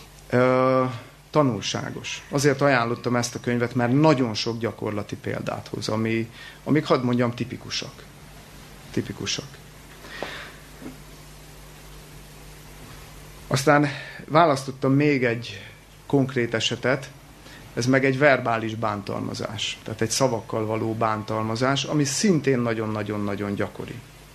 Tanulságos. Azért ajánlottam ezt a könyvet, mert nagyon sok gyakorlati példát hoz, amik hadd mondjam tipikusak. Aztán választottam még egy konkrét esetet, ez meg egy verbális bántalmazás, tehát egy szavakkal való bántalmazás, ami szintén nagyon-nagyon-nagyon gyakori.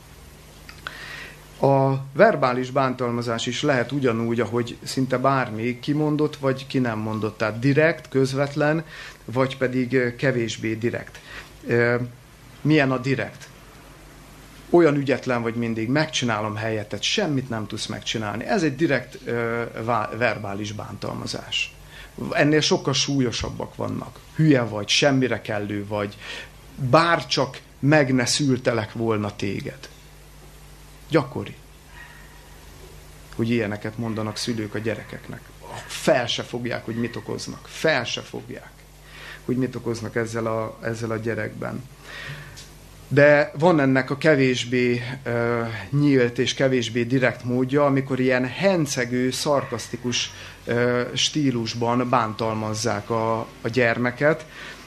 A verbális bántalmazás is lehet ugyanúgy, ahogy szinte bármi kimondott, vagy ki nem mondott, tehát direkt, közvetlen, vagy pedig kevésbé direkt. Milyen a direkt? Olyan ügyetlen vagy mindig, megcsinálom helyetted, semmit nem tudsz megcsinálni. Ez egy direkt verbális bántalmazás. Ennél sokkal súlyosabbak vannak. Hülye vagy, semmire kellő vagy, bárcsak meg ne szültelek volna téged. Gyakori, hogy ilyeneket mondanak szülők a gyerekeknek. Fel se fogják, hogy mit okoznak. Fel se fogják, hogy mit okoznak ezzel a gyerekben. De van ennek a kevésbé nyílt és kevésbé direkt módja, amikor ilyen hencegő, szarkasztikus stílusban bántalmazzák a gyermeket.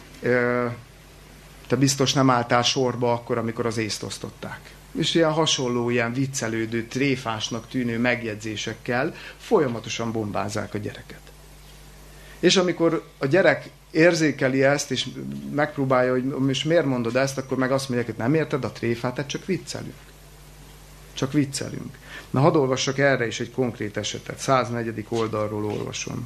Te biztos nem álltál sorba akkor, amikor az észt osztották. És ilyen hasonló, ilyen viccelődő, tréfásnak tűnő megjegyzésekkel folyamatosan bombázzák a gyereket. És amikor a gyerek érzékeli ezt, és megpróbálja, hogy most miért mondod ezt, akkor meg azt mondják, hogy nem érted a tréfát, csak viccelünk. Csak viccelünk. Na, hadd olvassak erre is egy konkrét esetet. 104. oldalról olvasom.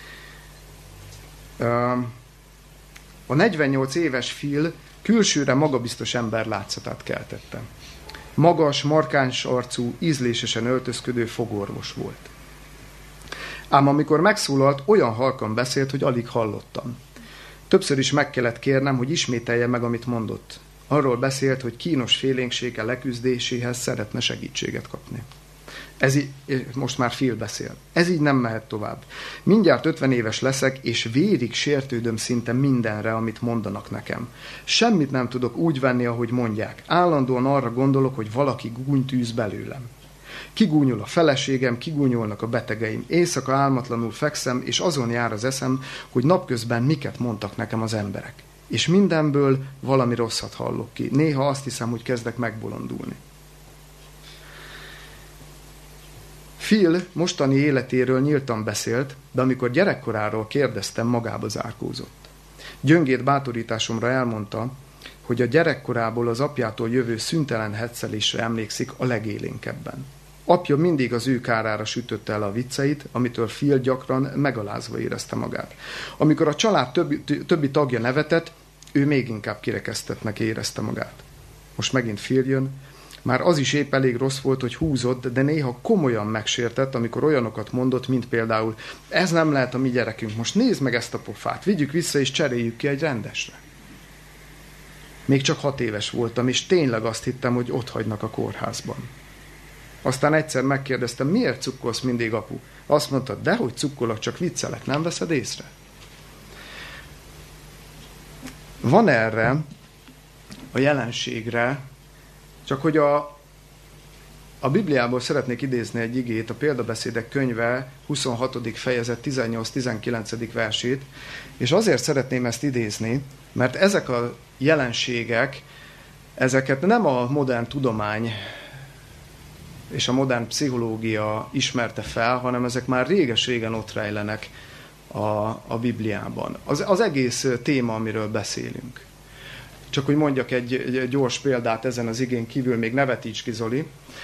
A 48 éves Phil külsőre magabiztos ember látszatát keltette. Magas, markáns arcú, ízlésesen öltözködő fogorvos volt. Ám amikor megszólalt, olyan halkan beszélt, hogy alig hallottam. Többször is meg kellett kérnem, hogy ismételje meg, amit mondott. Arról beszélt, hogy kínos félénksége leküzdéséhez szeretne segítséget kapni. Most már Phil beszél. Ez így nem mehet tovább. Mindjárt 50 éves leszek, és vérig sértődöm szinte mindenre, amit mondanak nekem. Semmit nem tudok úgy venni, ahogy mondják. Állandóan arra gondolok, hogy valaki gúnyt űz belőlem. Kigúnyol a feleségem, kigúnyolnak a betegeim. Éjszaka álmatlanul fekszem, és azon jár az eszem, hogy napközben miket mondtak nekem az emberek. És mindenből valami rosszat hallok ki. Néha azt hiszem, hogy kezdek megbolondulni. Phil mostani életéről nyíltan beszélt, de amikor gyerekkoráról kérdeztem, magába zárkózott. Gyöngéd bátorításomra elmondta, hogy a gyerekkorából az apjától jövő szüntelen heccelésre emlékszik a legélénkebben. Apja mindig az ő kárára sütötte el a vicceit, amitől Phil gyakran megalázva érezte magát. Amikor a család többi tagja nevetett, ő még inkább kirekesztettnek érezte magát. Most megint Phil jön. Már az is épp elég rossz volt, hogy húzott, de néha komolyan megsértett, amikor olyanokat mondott, mint például, ez nem lehet a mi gyerekünk, most nézd meg ezt a pofát, vigyük vissza és cseréljük ki egy rendesre. Még csak 6 éves voltam, és tényleg azt hittem, hogy ott hagynak a kórházban. Aztán egyszer megkérdeztem, miért cukkolsz mindig, apu? Azt mondta, dehogy cukkolok, csak viccelek, nem veszed észre? Van erre a jelenségre, Csak hogy a Bibliából szeretnék idézni egy igét, a Példabeszédek könyve 26. fejezet 18-19. versét, és azért szeretném ezt idézni, mert ezek a jelenségek, ezeket nem a modern tudomány és a modern pszichológia ismerte fel, hanem ezek már réges-régen ott rejlenek a Bibliában. Az egész téma, amiről beszélünk. Csak hogy mondjak egy gyors példát ezen az igén kívül, még nevetíts ki, Zoli.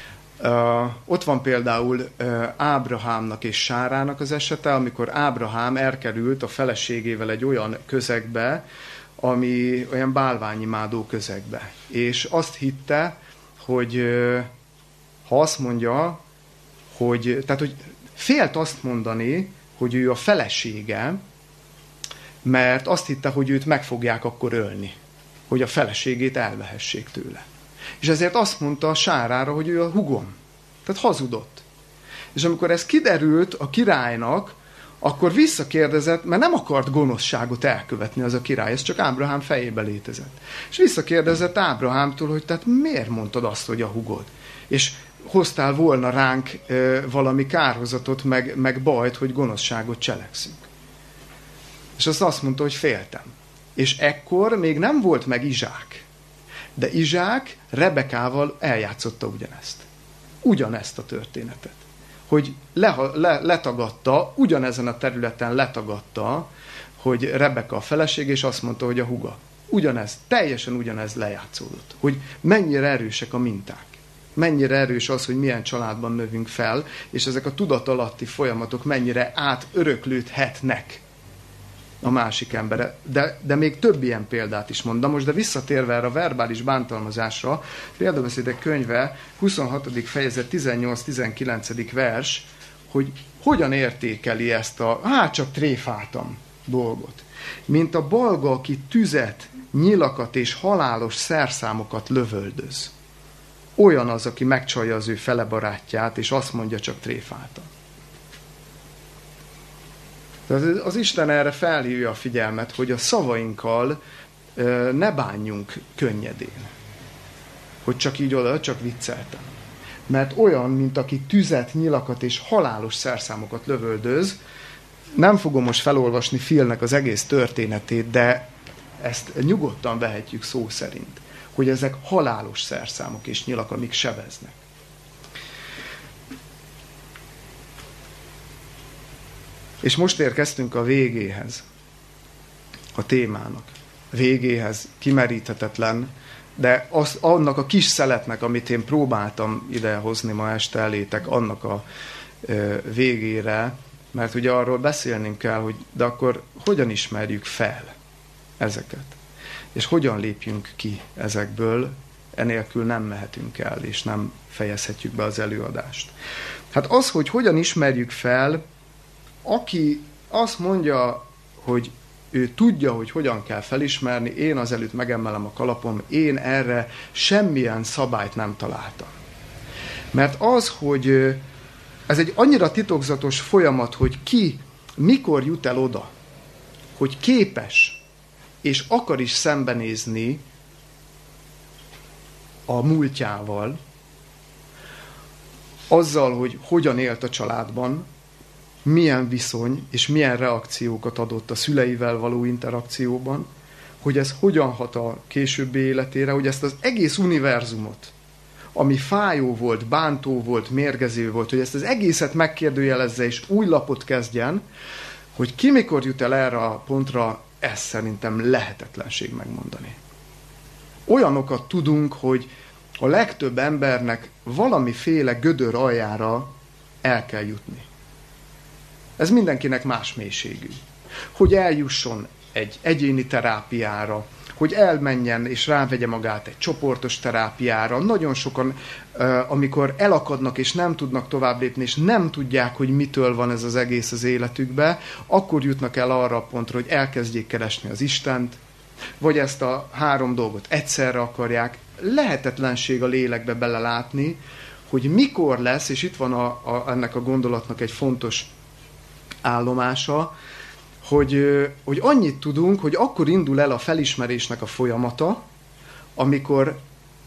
Ott van például Ábrahámnak és Sárának az esete, amikor Ábrahám elkerült a feleségével egy olyan közegbe, ami olyan bálványimádó közegbe. És azt hitte, hogy ha azt mondja, hogy félt azt mondani, hogy ő a felesége, mert azt hitte, hogy őt meg fogják akkor ölni, hogy a feleségét elvehessék tőle. És ezért azt mondta Sárára, hogy ő a hugom. Tehát hazudott. És amikor ez kiderült a királynak, akkor visszakérdezett, mert nem akart gonoszságot elkövetni az a király, ez csak Ábrahám fejébe létezett. És visszakérdezett Ábrahámtól, hogy tehát miért mondtad azt, hogy a hugod? És hoztál volna ránk valami kárhozatot, meg bajt, hogy gonoszságot cselekszünk. És azt mondta, hogy féltem. És ekkor még nem volt meg Izsák. De Izsák Rebekával eljátszotta ugyanezt. Ugyanezt a történetet. Hogy letagadta, ugyanezen a területen letagadta, hogy Rebeka a feleség, és azt mondta, hogy a húga. Ugyanez, teljesen ugyanez lejátszódott. Hogy mennyire erősek a minták. Mennyire erős az, hogy milyen családban növünk fel, és ezek a tudatalatti folyamatok mennyire átöröklődhetnek a másik embere. De még több ilyen példát is mondom most, de visszatérve erre a verbális bántalmazásra, Példabeszédek könyve 26. fejezet 18-19. vers, hogy hogyan értékeli ezt a csak tréfáltam dolgot. Mint a balga, aki tüzet, nyilakat és halálos szerszámokat lövöldöz. Olyan az, aki megcsalja az ő felebarátját, és azt mondja, csak tréfáltam. Az Isten erre felhívja a figyelmet, hogy a szavainkkal ne bánjunk könnyedén. Hogy csak így oda, csak vicceltem. Mert olyan, mint aki tüzet, nyilakat és halálos szerszámokat lövöldöz, nem fogom most felolvasni Philnek az egész történetét, de ezt nyugodtan vehetjük szó szerint, hogy ezek halálos szerszámok és nyilak, amik sebeznek. És most érkeztünk a végéhez, a témának. Végéhez, kimeríthetetlen, de annak a kis szeletnek, amit én próbáltam idehozni ma este elétek, annak a végére, mert ugye arról beszélnünk kell, hogy de akkor hogyan ismerjük fel ezeket? És hogyan lépjünk ki ezekből, enélkül nem mehetünk el, és nem fejezhetjük be az előadást. Hát az, hogy hogyan ismerjük fel, aki azt mondja, hogy ő tudja, hogy hogyan kell felismerni, én azelőtt megemelem a kalapom, én erre semmilyen szabályt nem találtam. Mert az, hogy ez egy annyira titokzatos folyamat, hogy ki mikor jut el oda, hogy képes és akar is szembenézni a múltjával, azzal, hogy hogyan élt a családban, milyen viszony és milyen reakciókat adott a szüleivel való interakcióban, hogy ez hogyan hat a későbbi életére, hogy ezt az egész univerzumot, ami fájó volt, bántó volt, mérgező volt, hogy ezt az egészet megkérdőjelezze és új lapot kezdjen, hogy ki mikor jut el erre a pontra, ez szerintem lehetetlenség megmondani. Olyanokat tudunk, hogy a legtöbb embernek valamiféle gödör aljára el kell jutni. Ez mindenkinek más mélységű. Hogy eljusson egy egyéni terápiára, hogy elmenjen és rávegye magát egy csoportos terápiára. Nagyon sokan, amikor elakadnak és nem tudnak tovább lépni, és nem tudják, hogy mitől van ez az egész az életükbe, akkor jutnak el arra a pontra, hogy elkezdjék keresni az Istent, vagy ezt a 3 dolgot egyszerre akarják. Lehetetlenség a lélekbe belelátni, hogy mikor lesz, és itt van ennek a gondolatnak egy fontos állomása, hogy annyit tudunk, hogy akkor indul el a felismerésnek a folyamata, amikor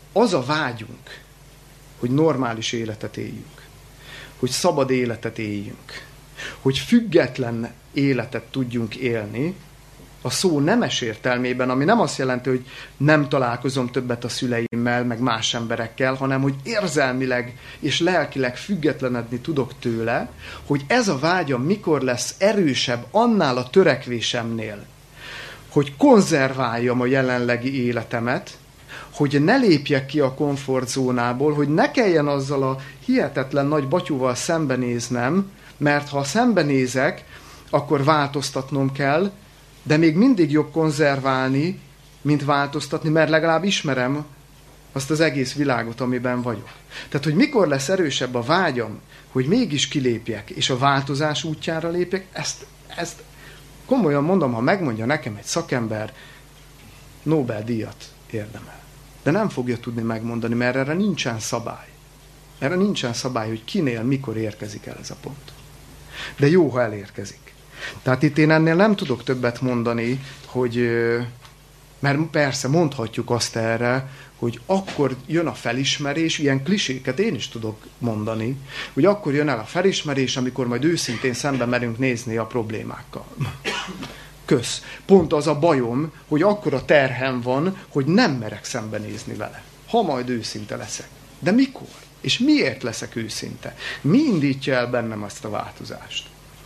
az a vágyunk, hogy normális életet éljünk, hogy szabad életet éljünk, hogy független életet tudjunk élni, a szó nemes értelmében, ami nem azt jelenti, hogy nem találkozom többet a szüleimmel, meg más emberekkel, hanem hogy érzelmileg és lelkileg függetlenedni tudok tőle, hogy ez a vágyam mikor lesz erősebb annál a törekvésemnél, hogy konzerváljam a jelenlegi életemet, hogy ne lépjek ki a komfortzónából, hogy ne kelljen azzal a hihetetlen nagy batyúval szembenéznem, mert ha szembenézek, akkor változtatnom kell, de még mindig jobb konzerválni, mint változtatni, mert legalább ismerem azt az egész világot, amiben vagyok. Tehát, hogy mikor lesz erősebb a vágyam, hogy mégis kilépjek, és a változás útjára lépjek, ezt komolyan mondom, ha megmondja nekem egy szakember, Nobel-díjat érdemel. De nem fogja tudni megmondani, mert erre nincsen szabály. Erre nincsen szabály, hogy kinél, mikor érkezik el ez a pont. De jó, ha elérkezik. Tehát itt én ennél nem tudok többet mondani, hogy, mert persze mondhatjuk azt erre, hogy akkor jön a felismerés, ilyen kliséket én is tudok mondani, hogy akkor jön el a felismerés, amikor majd őszintén szembe merünk nézni a problémákkal. Kösz. Pont az a bajom, hogy akkor a terhem van, hogy nem merek szembenézni vele. Ha majd őszinte leszek. De mikor? És miért leszek őszinte? Mi indítja el bennem ezt a változást?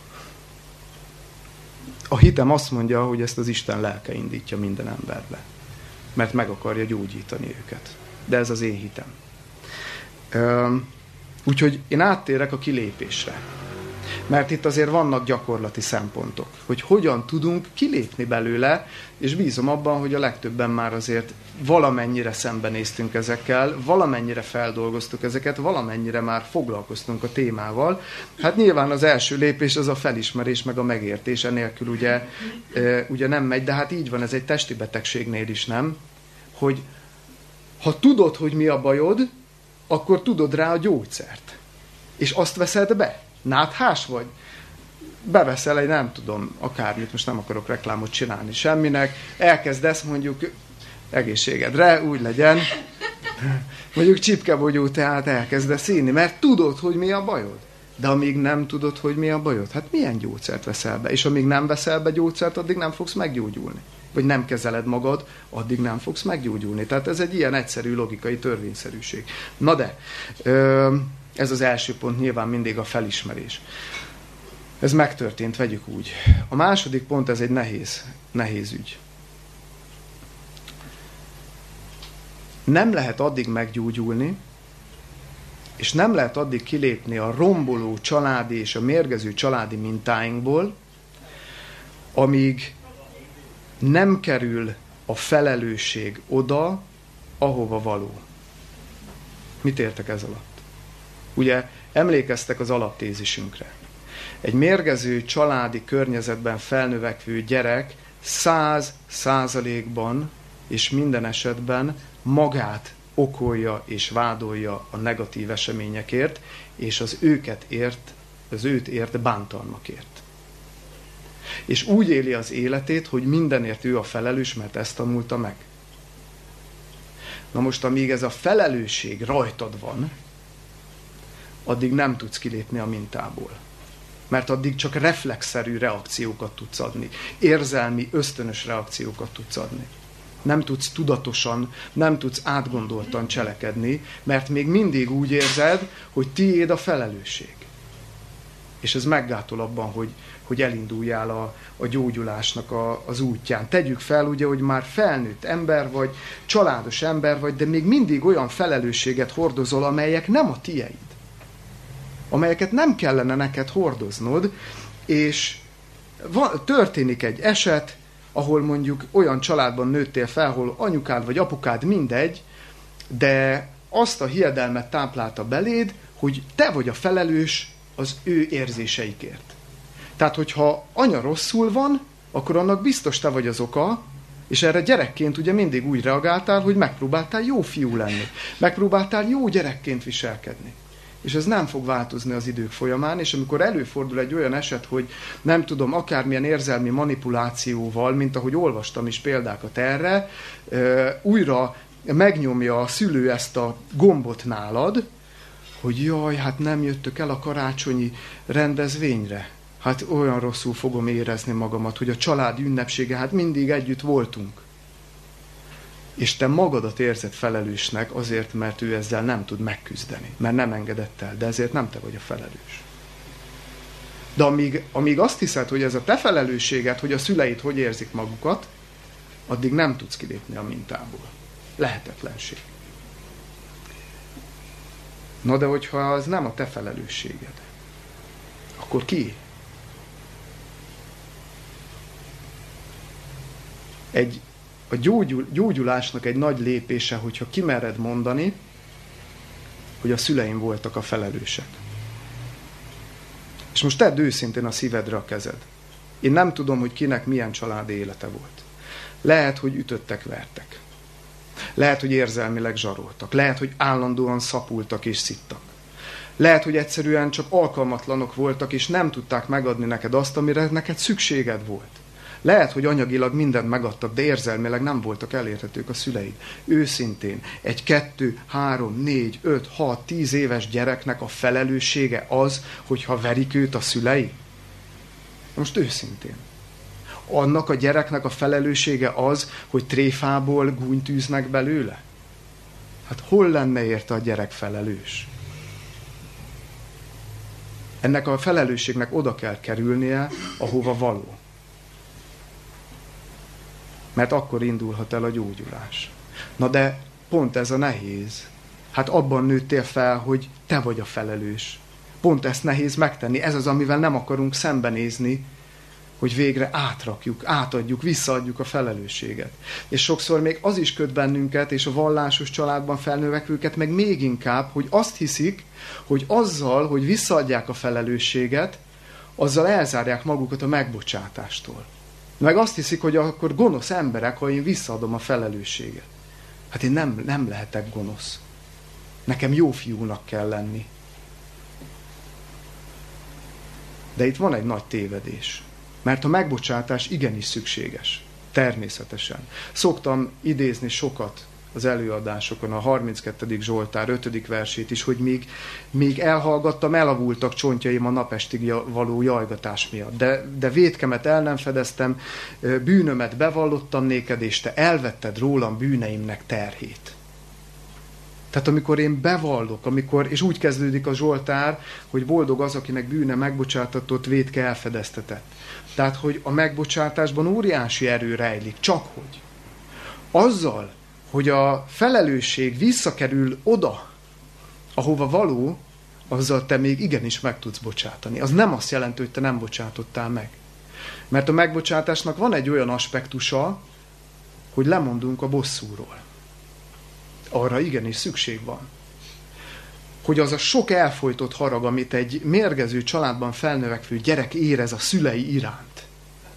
A hitem azt mondja, hogy ezt az Isten lelke indítja minden emberbe. Mert meg akarja gyógyítani őket. De ez az én hitem. Úgyhogy én áttérek a kilépésre. Mert itt azért vannak gyakorlati szempontok, hogy hogyan tudunk kilépni belőle, és bízom abban, hogy a legtöbben már azért valamennyire szembenéztünk ezekkel, valamennyire feldolgoztuk ezeket, valamennyire már foglalkoztunk a témával. Hát nyilván az első lépés az a felismerés, meg a megértés, enélkül ugye nem megy, de hát így van, ez egy testi betegségnél is, nem? Hogy ha tudod, hogy mi a bajod, akkor tudod rá a gyógyszert. És azt veszed be. Náthás vagy? Beveszel egy, nem tudom, akármit, most nem akarok reklámot csinálni semminek, elkezdesz mondjuk egészségedre, úgy legyen, mondjuk csipkebogyó, tehát elkezdesz inni, mert tudod, hogy mi a bajod. De amíg nem tudod, hogy mi a bajod, hát milyen gyógyszert veszel be? És amíg nem veszel be gyógyszert, addig nem fogsz meggyógyulni. Vagy nem kezeled magad, addig nem fogsz meggyógyulni. Tehát ez egy ilyen egyszerű logikai törvényszerűség. Na de, ez az első pont, nyilván mindig a felismerés. Ez megtörtént, vegyük úgy. A második pont, ez egy nehéz ügy. Nem lehet addig meggyógyulni, és nem lehet addig kilépni a romboló családi és a mérgező családi mintáinkból, amíg nem kerül a felelősség oda, ahova való. Mit értek ez alatt? Ugye emlékeztek az alaptézisünkre. Egy mérgező családi környezetben felnövekvő gyerek 100%-ban és minden esetben magát okolja és vádolja a negatív eseményekért, és az őt ért bántalmakért. És úgy éli az életét, hogy mindenért ő a felelős, mert ezt tanulta meg. Na most, amíg ez a felelősség rajtad van, addig nem tudsz kilépni a mintából. Mert addig csak reflexzerű reakciókat tudsz adni. Érzelmi, ösztönös reakciókat tudsz adni. Nem tudsz tudatosan, nem tudsz átgondoltan cselekedni, mert még mindig úgy érzed, hogy tiéd a felelősség. És ez meggátol abban, hogy elinduljál a gyógyulásnak az útján. Tegyük fel, ugye, hogy már felnőtt ember vagy, családos ember vagy, de még mindig olyan felelősséget hordozol, amelyek nem a tieid. Amelyeket nem kellene neked hordoznod, és történik egy eset, ahol mondjuk olyan családban nőttél fel, ahol anyukád vagy apukád, mindegy, de azt a hiedelmet táplálta beléd, hogy te vagy a felelős az ő érzéseikért. Tehát, hogyha anya rosszul van, akkor annak biztos te vagy az oka, és erre gyerekként ugye mindig úgy reagáltál, hogy megpróbáltál jó fiú lenni. Megpróbáltál jó gyerekként viselkedni. És ez nem fog változni az idők folyamán, és amikor előfordul egy olyan eset, hogy nem tudom, akármilyen érzelmi manipulációval, mint ahogy olvastam is példákat erre, újra megnyomja a szülő ezt a gombot nálad, hogy jaj, hát nem jöttök el a karácsonyi rendezvényre. Hát olyan rosszul fogom érezni magamat, hogy a családi ünnepsége, hát mindig együtt voltunk. És te magadat érzed felelősnek azért, mert ő ezzel nem tud megküzdeni, mert nem engedett el, de ezért nem te vagy a felelős. De amíg azt hiszed, hogy ez a te felelősséged, hogy a szüleid hogy érzik magukat, addig nem tudsz kilépni a mintából. Lehetetlenség. Na de hogyha az nem a te felelősséged, akkor ki? A gyógyulásnak egy nagy lépése, hogyha kimered mondani, hogy a szüleim voltak a felelősek. És most tedd őszintén a szívedre a kezed. Én nem tudom, hogy kinek milyen családi élete volt. Lehet, hogy ütöttek, vertek. Lehet, hogy érzelmileg zsaroltak. Lehet, hogy állandóan szapultak és szittak. Lehet, hogy egyszerűen csak alkalmatlanok voltak, és nem tudták megadni neked azt, amire neked szükséged volt. Lehet, hogy anyagilag mindent megadtak, de érzelmileg nem voltak elérhetők a szüleid. Őszintén, egy 2, 3, 4, 5, 6, 10 éves gyereknek a felelőssége az, hogyha verik őt a szülei? Most őszintén. Annak a gyereknek a felelőssége az, hogy tréfából gúnyt űznek belőle? Hát hol lenne érte a gyerek felelős? Ennek a felelősségnek oda kell kerülnie, ahova való. Mert akkor indulhat el a gyógyulás. Na de pont ez a nehéz. Hát abban nőttél fel, hogy te vagy a felelős. Pont ezt nehéz megtenni. Ez az, amivel nem akarunk szembenézni, hogy végre átrakjuk, átadjuk, visszaadjuk a felelősséget. És sokszor még az is köt bennünket, és a vallásos családban felnövekvőket meg még inkább, hogy azt hiszik, hogy azzal, hogy visszaadják a felelősséget, azzal elzárják magukat a megbocsátástól. Meg azt hiszik, hogy akkor gonosz emberek, ha én visszaadom a felelősséget. Hát én nem lehetek gonosz. Nekem jó fiúnak kell lenni. De itt van egy nagy tévedés. Mert a megbocsátás igenis szükséges. Természetesen. Szoktam idézni sokat az előadásokon, a 32. Zsoltár 5. versét is, hogy még elhallgattam, elavultak csontjaim a napestig való jajgatás miatt. De vétkemet el nem fedeztem, bűnömet bevallottam néked, és te elvetted rólam bűneimnek terhét. Tehát amikor én bevallok, és úgy kezdődik a Zsoltár, hogy boldog az, akinek bűne megbocsátatott, vétke elfedeztetett. Tehát, hogy a megbocsátásban óriási erő rejlik, csak hogy. Azzal, hogy a felelősség visszakerül oda, ahova való, azzal te még igenis meg tudsz bocsátani. Az nem azt jelenti, hogy te nem bocsátottál meg. Mert a megbocsátásnak van egy olyan aspektusa, hogy lemondunk a bosszúról. Arra igenis szükség van. Hogy az a sok elfojtott harag, amit egy mérgező családban felnövekvő gyerek érez a szülei iránt,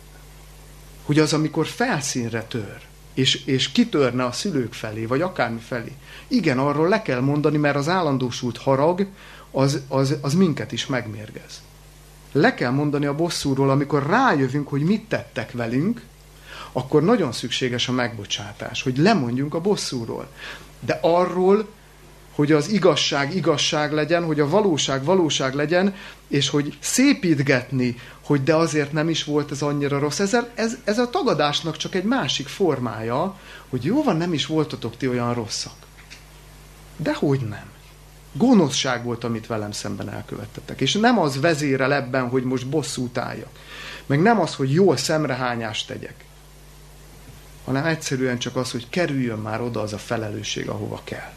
hogy az, amikor felszínre tör, és kitörne a szülők felé, vagy akármi felé. Igen, arról le kell mondani, mert az állandósult harag, az minket is megmérgez. Le kell mondani a bosszúról, amikor rájövünk, hogy mit tettek velünk, akkor nagyon szükséges a megbocsátás, hogy lemondjunk a bosszúról. De arról, hogy az igazság legyen, hogy a valóság legyen, és hogy szépítgetni, hogy de azért nem is volt ez annyira rossz. Ez a tagadásnak csak egy másik formája, hogy jó van, nem is voltatok ti olyan rosszak. Dehogy nem. Gonoszság volt, amit velem szemben elkövettetek. És nem az vezérel ebben, hogy most bosszút álljak. Meg nem az, hogy jól szemrehányást tegyek. Hanem egyszerűen csak az, hogy kerüljön már oda az a felelősség, ahova kell.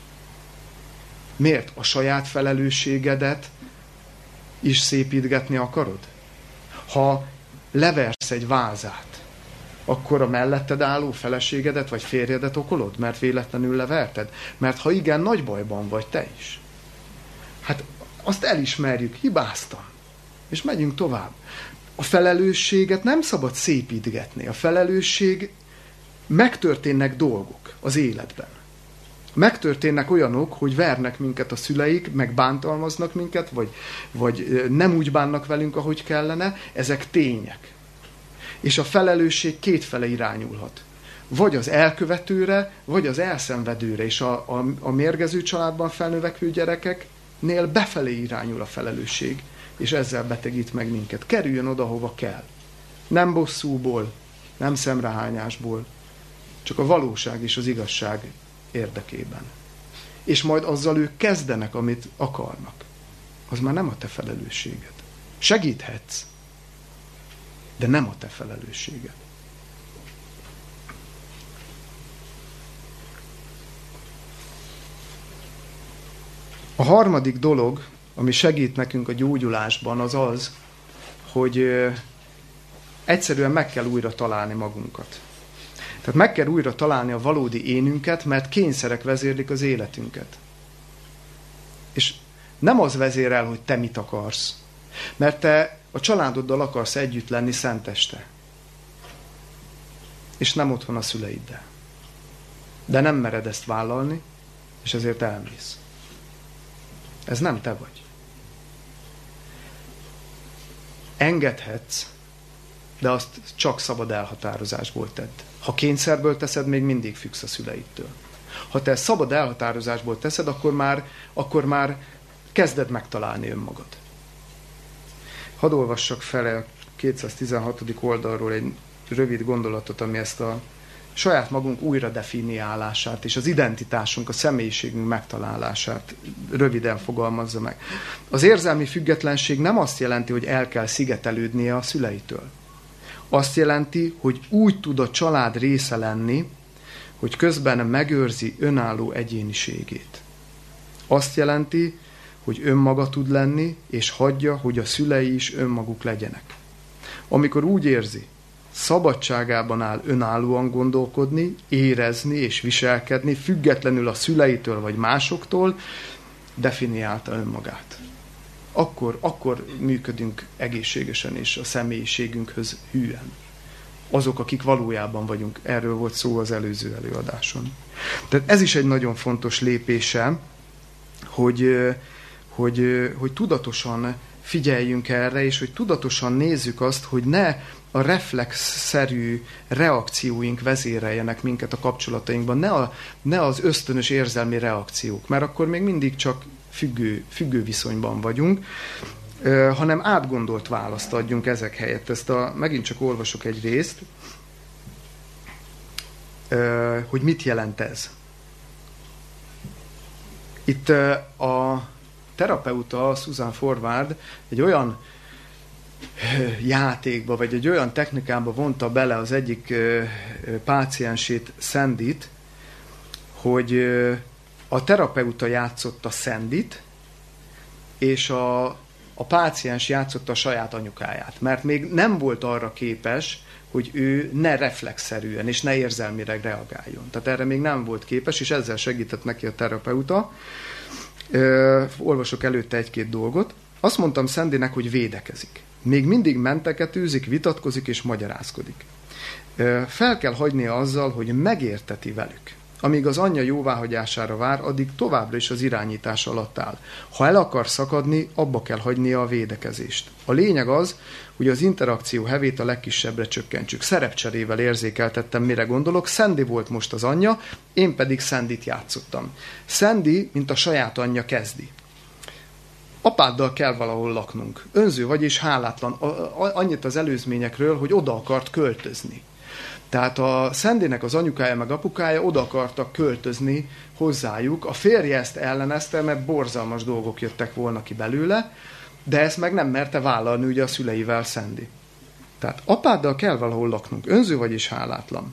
Miért? A saját felelősségedet is szépítgetni akarod? Ha leversz egy vázát, akkor a melletted álló feleségedet vagy férjedet okolod, mert véletlenül leverted? Mert ha igen, nagy bajban vagy te is. Hát azt elismerjük, hibáztam. És megyünk tovább. A felelősséget nem szabad szépítgetni. A felelősség, megtörténnek dolgok az életben. Megtörténnek olyanok, hogy vernek minket a szüleik, meg bántalmaznak minket, vagy nem úgy bánnak velünk, ahogy kellene. Ezek tények. És a felelősség kétfele irányulhat. vagy az elkövetőre, vagy az elszenvedőre, és a mérgező családban felnövekvő gyerekeknél befelé irányul a felelősség, és ezzel betegít meg minket. Kerüljön oda, hova kell. Nem bosszúból, nem szemrehányásból, csak a valóság és az igazság érdekében. És majd azzal ők kezdenek, amit akarnak. Az már nem a te felelősséged. Segíthetsz, de nem a te felelősséged. A harmadik dolog, ami segít nekünk a gyógyulásban, az az, hogy egyszerűen meg kell újra találni magunkat. Tehát meg kell újra találni a valódi énünket, mert kényszerek vezérlik az életünket. És nem az vezérel, hogy te mit akarsz, mert te a családoddal akarsz együtt lenni szenteste. És nem otthon a szüleiddel. De nem mered ezt vállalni, és ezért elmész. Ez nem te vagy. Engedhetsz, de azt csak szabad elhatározásból tedd. Ha kényszerből teszed, még mindig függsz a szüleidtől. Ha te szabad elhatározásból teszed, akkor már kezded megtalálni önmagad. Hadd olvassak fel a 216. oldalról egy rövid gondolatot, ami ezt a saját magunk újra definiálását és az identitásunk, a személyiségünk megtalálását röviden fogalmazza meg. Az érzelmi függetlenség nem azt jelenti, hogy el kell szigetelődnie a szüleitől. Azt jelenti, hogy úgy tud a család része lenni, hogy közben megőrzi önálló egyéniségét. Azt jelenti, hogy önmaga tud lenni, és hagyja, hogy a szülei is önmaguk legyenek. Amikor úgy érzi, szabadságában áll önállóan gondolkodni, érezni és viselkedni, függetlenül a szüleitől vagy másoktól, definiálta önmagát. Akkor működünk egészségesen és a személyiségünkhöz hűen. Azok, akik valójában vagyunk. Erről volt szó az előző előadáson. Tehát ez is egy nagyon fontos lépése, hogy tudatosan figyeljünk erre, és hogy tudatosan nézzük azt, hogy ne a reflexszerű reakcióink vezéreljenek minket a kapcsolatainkban, ne az ösztönös érzelmi reakciók, mert akkor még mindig csak függő viszonyban vagyunk, hanem átgondolt választ adjunk ezek helyett. Megint csak olvasok egy részt, hogy mit jelent ez. Itt a terapeuta, Susan Forward egy olyan játékba, vagy egy olyan technikába vonta bele az egyik páciensét, Sandyt, hogy a terapeuta játszotta Sandyt, és a páciens játszotta a saját anyukáját, mert még nem volt arra képes, hogy ő ne reflexzerűen és ne érzelmileg reagáljon. Tehát erre még nem volt képes, és ezzel segített neki a terapeuta. Olvasok előtte egy-két dolgot. Azt mondtam Sandynek, hogy védekezik. Még mindig menteketőzik, vitatkozik és magyarázkodik. Fel kell hagynia azzal, hogy megérteti velük. Amíg az anyja jóváhagyására vár, addig továbbra is az irányítás alatt áll. Ha el akar szakadni, abba kell hagynia a védekezést. A lényeg az, hogy az interakció hevét a legkisebbre csökkentsük. Szerepcserével érzékeltettem, mire gondolok. Sandy volt most az anyja, én pedig Sandyt játszottam. Sandy, mint a saját anyja kezdi. Apáddal kell valahol laknunk. Önző vagy és hálátlan. Annyit az előzményekről, hogy oda akart költözni. Tehát a Sandynek az anyukája meg apukája oda akartak költözni hozzájuk. A férje ezt ellenezte, mert borzalmas dolgok jöttek volna ki belőle, de ezt meg nem merte vállalni ugye a szüleivel Sandy. Tehát apáddal kell valahol laknunk. Önző vagy és hálátlan.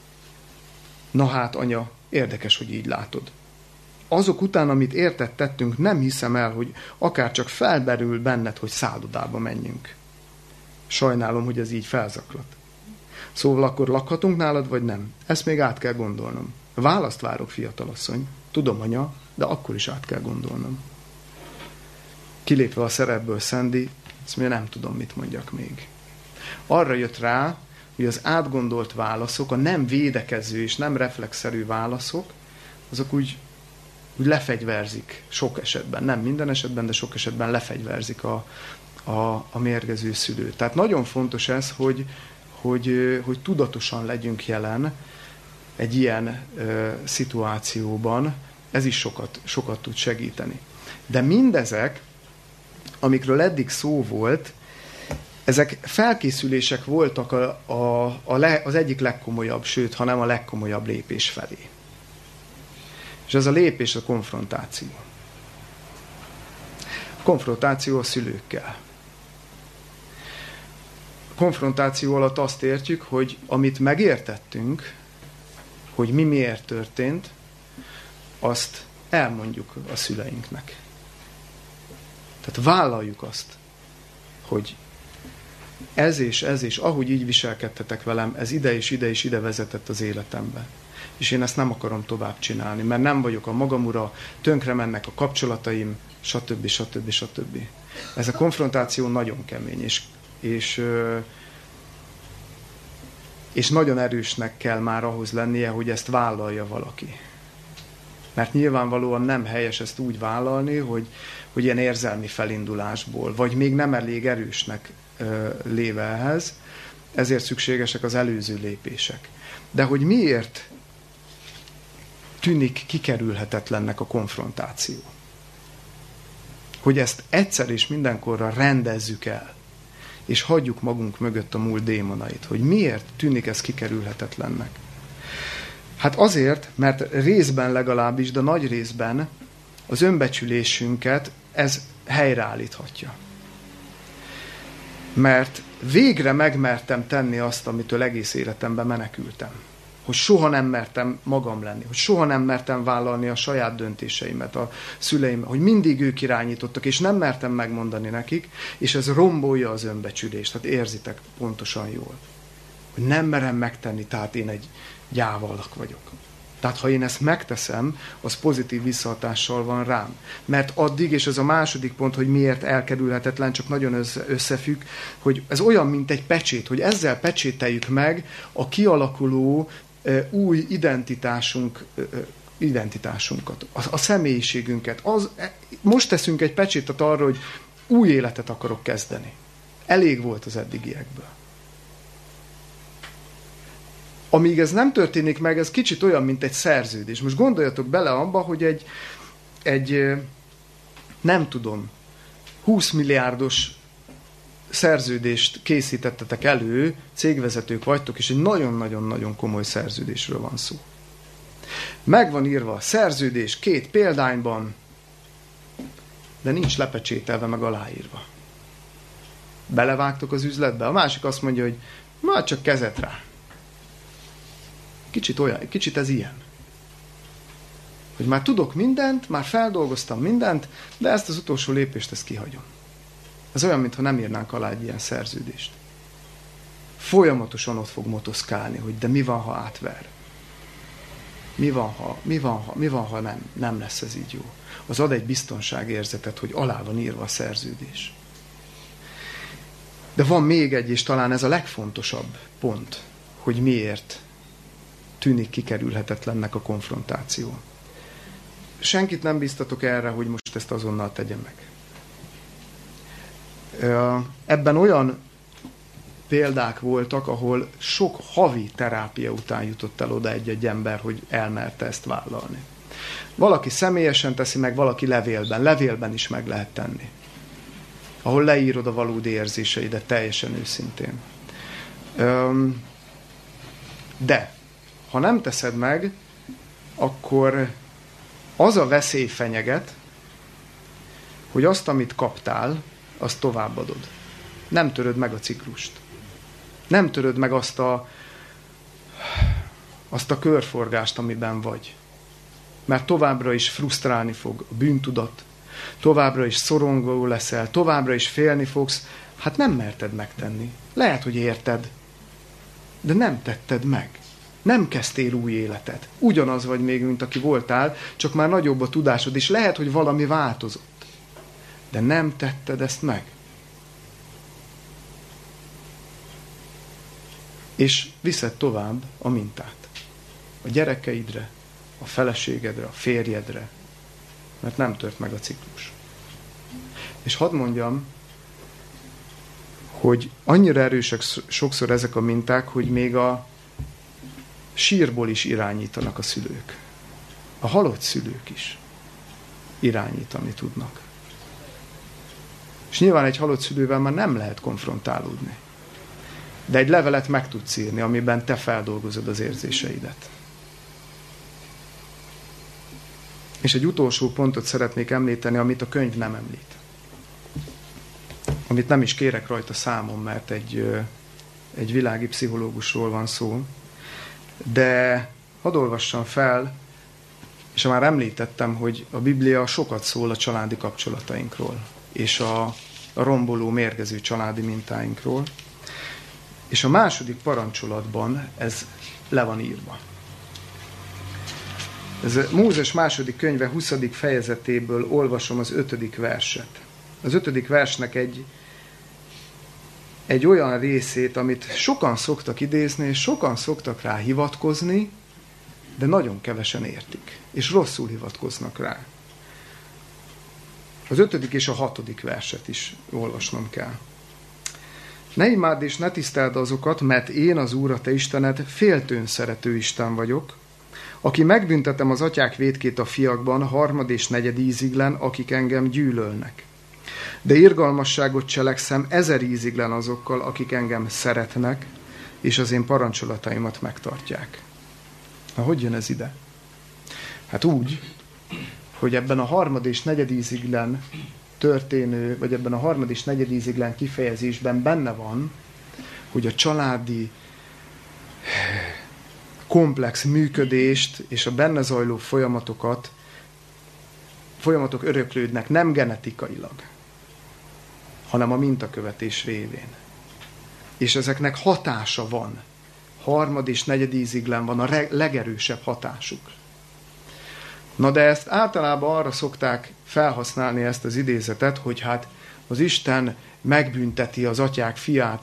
Na hát, anya, érdekes, hogy így látod. Azok után, amit tettünk, nem hiszem el, hogy akár csak felberül benned, hogy szállodába menjünk. Sajnálom, hogy ez így felzaklat. Szóval akkor lakhatunk nálad, vagy nem? Ezt még át kell gondolnom. Választ várok, fiatalasszony. Tudom, anya, de akkor is át kell gondolnom. Kilépve a szerepből Sandy, azt mondja, nem tudom, mit mondjak még. Arra jött rá, hogy az átgondolt válaszok, a nem védekező és nem reflexzerű válaszok, azok úgy lefegyverzik sok esetben. Nem minden esetben, de sok esetben lefegyverzik a mérgező szülőt. Tehát nagyon fontos ez, hogy tudatosan legyünk jelen, egy ilyen szituációban, ez is sokat tud segíteni. De mindezek, amikről eddig szó volt, ezek felkészülések voltak az egyik legkomolyabb, sőt, ha nem a legkomolyabb lépés felé. És ez a lépés a konfrontáció. A konfrontáció a szülőkkel. A konfrontáció alatt azt értjük, hogy amit megértettünk, hogy mi miért történt, azt elmondjuk a szüleinknek. Tehát vállaljuk azt, hogy ez és ahogy így viselkedtetek velem, ez ide és ide vezetett az életembe. És én ezt nem akarom tovább csinálni, mert nem vagyok a magam ura, tönkre mennek a kapcsolataim, stb. Ez a konfrontáció nagyon kemény, és nagyon erősnek kell már ahhoz lennie, hogy ezt vállalja valaki. Mert nyilvánvalóan nem helyes ezt úgy vállalni, hogy ilyen érzelmi felindulásból, vagy még nem elég erősnek léve ehhez, ezért szükségesek az előző lépések. De hogy miért tűnik kikerülhetetlennek a konfrontáció? Hogy ezt egyszer és mindenkorra rendezzük el, és hagyjuk magunk mögött a múlt démonait. Hogy miért tűnik ez kikerülhetetlennek? Hát azért, mert részben legalábbis, de nagy részben az önbecsülésünket ez helyreállíthatja. Mert végre megmertem tenni azt, amitől egész életemben menekültem. Hogy soha nem mertem magam lenni, hogy soha nem mertem vállalni a saját döntéseimet, a szüleimet, hogy mindig ők irányítottak, és nem mertem megmondani nekik, és ez rombolja az önbecsülést. Tehát érzitek pontosan jól. Hogy nem merem megtenni, tehát én egy gyávalak vagyok. Tehát ha én ezt megteszem, az pozitív visszahatással van rám. Mert addig, és ez a második pont, hogy miért elkerülhetetlen, csak nagyon összefügg, hogy ez olyan, mint egy pecsét, hogy ezzel pecsételjük meg a kialakuló új identitásunkat, a személyiségünket. Most teszünk egy pecsétet arra, hogy új életet akarok kezdeni. Elég volt az eddigiekből. Amíg ez nem történik meg, ez kicsit olyan, mint egy szerződés. Most gondoljatok bele abba, hogy egy nem tudom, 20 milliárdos szerződést készítettetek elő, cégvezetők vagytok, és egy nagyon-nagyon-nagyon komoly szerződésről van szó. Meg van írva a szerződés 2 példányban, de nincs lepecsételve, meg aláírva. Belevágtok az üzletbe, a másik azt mondja, hogy már csak kezet rá. Kicsit ez ilyen. Hogy már tudok mindent, már feldolgoztam mindent, de ezt az utolsó lépést, ezt kihagyom. Ez olyan, mintha nem írnánk alá egy ilyen szerződést. Folyamatosan ott fog motoszkálni, hogy de mi van, ha átver? Mi van, ha nem lesz ez így jó? Az ad egy biztonságérzetet, hogy alá van írva a szerződés. De van még egy, és talán ez a legfontosabb pont, hogy miért tűnik kikerülhetetlennek a konfrontáció. Senkit nem bíztatok erre, hogy most ezt azonnal tegye meg. Ebben olyan példák voltak, ahol sok havi terápia után jutott el oda egy ember, hogy elmerte ezt vállalni. Valaki személyesen teszi meg, valaki levélben. Levélben is meg lehet tenni. Ahol leírod a valódi érzéseidet teljesen őszintén. De ha nem teszed meg, akkor az a veszély fenyeget, hogy azt, amit kaptál, azt továbbadod. Nem töröd meg a ciklust. Nem töröd meg azt a körforgást, amiben vagy. Mert továbbra is frusztrálni fog a bűntudat, továbbra is szorongó leszel, továbbra is félni fogsz. Hát nem merted megtenni. Lehet, hogy érted, de nem tetted meg. Nem kezdtél új életet. Ugyanaz vagy még, mint aki voltál, csak már nagyobb a tudásod, és lehet, hogy valami változott. De nem tetted ezt meg. És viszed tovább a mintát. A gyerekeidre, a feleségedre, a férjedre, mert nem tört meg a ciklus. És hadd mondjam, hogy annyira erősek sokszor ezek a minták, hogy még a sírból is irányítanak a szülők. A halott szülők is irányítani tudnak. És nyilván egy halott szülővel már nem lehet konfrontálódni. De egy levelet meg tudsz írni, amiben te feldolgozod az érzéseidet. És egy utolsó pontot szeretnék említeni, amit a könyv nem említ. Amit nem is kérek rajta számon, mert egy világi pszichológusról van szó. De hadd olvassam fel, és már említettem, hogy a Biblia sokat szól a családi kapcsolatainkról, és a romboló, mérgező családi mintáinkról. És a második parancsolatban ez le van írva. Ez Mózes második könyve 20. fejezetéből olvasom az 5. verset. Az 5. versnek egy olyan részét, amit sokan szoktak idézni, és sokan szoktak rá hivatkozni, de nagyon kevesen értik, és rosszul hivatkoznak rá. Az 5. és a 6. verset is olvasnom kell. Ne imádd és ne tiszteld azokat, mert én az Úr, a te Istened, féltőn szerető Isten vagyok, aki megbüntetem az atyák vétkét a fiakban, 3. és 4. íziglen, akik engem gyűlölnek. De irgalmasságot cselekszem 1000 íziglen azokkal, akik engem szeretnek, és az én parancsolataimat megtartják. Na, hogy jön ez ide? Hát úgy, hogy ebben a 3. és 4. íziglen történő, vagy ebben a 3. és 4. íziglen kifejezésben benne van, hogy a családi komplex működést és a benne zajló folyamatok öröklődnek nem genetikailag, hanem a mintakövetés révén. És ezeknek hatása van. 3. és 4. íziglen van a legerősebb hatásuk. Na de ezt általában arra szokták felhasználni ezt az idézetet, hogy hát az Isten megbünteti az atyák fiát,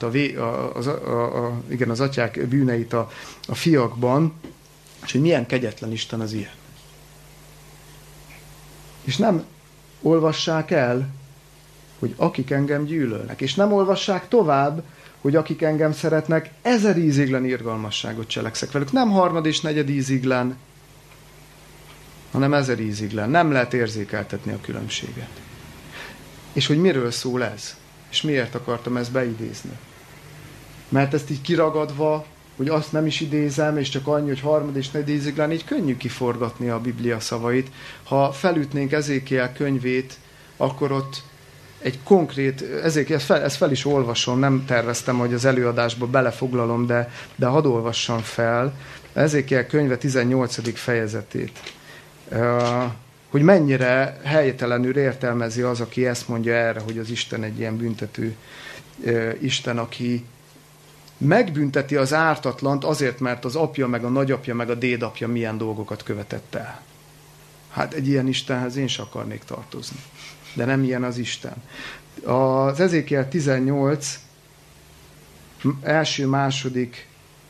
az atyák bűneit a fiakban, és hogy milyen kegyetlen Isten az ilyen. És nem olvassák el, hogy akik engem gyűlölnek, és nem olvassák tovább, hogy akik engem szeretnek, 1000 íziglen irgalmasságot cselekszek velük. Nem 3. és 4. íziglen, hanem 1000 íziglen. Nem lehet érzékeltetni a különbséget. És hogy miről szól ez? És miért akartam ezt beidézni? Mert ezt így kiragadva, hogy azt nem is idézem, és csak annyi, hogy 3. és 4. íziglen, így könnyű kiforgatni a Biblia szavait. Ha felütnénk Ezékiel könyvét, akkor ott egy konkrét, ezt fel is olvasom, nem terveztem, hogy az előadásba belefoglalom, de hadd olvassam fel Ezékiel könyve 18. fejezetét. Hogy mennyire helytelenül értelmezi az, aki ezt mondja erre, hogy az Isten egy ilyen büntető Isten, aki megbünteti az ártatlant azért, mert az apja, meg a nagyapja, meg a dédapja milyen dolgokat követett el. Hát egy ilyen Istenhez én is akarnék tartozni. De nem ilyen az Isten. Az Ezékiel 18 első, második,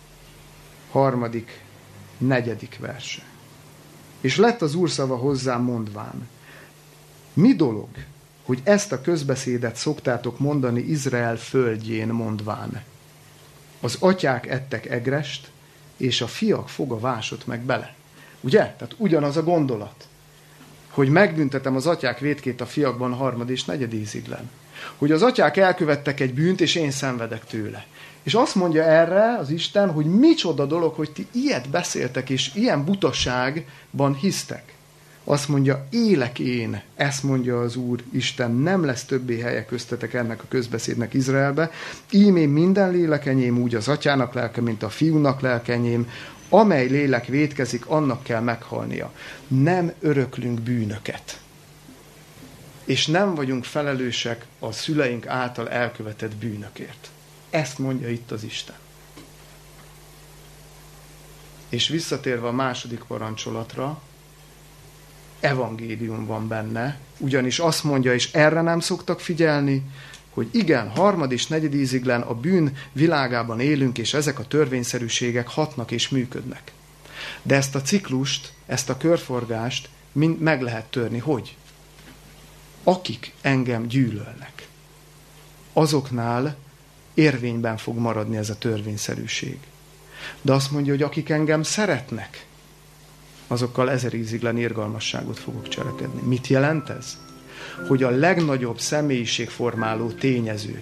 harmadik, 4. verse. És lett az Úr szava hozzám mondván: mi dolog, hogy ezt a közbeszédet szoktátok mondani Izrael földjén mondván? Az atyák ettek egrest, és a fiak foga vásott meg bele. Ugye? Tehát ugyanaz a gondolat. Hogy megbüntetem az atyák vétkét a fiakban 3. és 4. íziglen. Hogy az atyák elkövettek egy bűnt, és én szenvedek tőle. És azt mondja erre az Isten, hogy micsoda dolog, hogy ti ilyet beszéltek, és ilyen butaságban hisztek. Azt mondja, élek én, ezt mondja az Úr Isten, nem lesz többé helye köztetek ennek a közbeszédnek Izraelbe. Ímé minden lélek enyém, úgy az atyának lelke, mint a fiúnak lelke enyém, amely lélek vétkezik, annak kell meghalnia. Nem öröklünk bűnöket. És nem vagyunk felelősek a szüleink által elkövetett bűnökért. Ezt mondja itt az Isten. És visszatérve a második parancsolatra, evangélium van benne, ugyanis azt mondja, és erre nem szoktak figyelni, hogy igen, 3. és 4. íziglen a bűn világában élünk, és ezek a törvényszerűségek hatnak és működnek. De ezt a ciklust, ezt a körforgást mind meg lehet törni. Hogy? Akik engem gyűlölnek, azoknál érvényben fog maradni ez a törvényszerűség. De azt mondja, hogy akik engem szeretnek, azokkal 1000 íziglen irgalmasságot fogok cselekedni. Mit jelent ez? Hogy a legnagyobb személyiségformáló tényező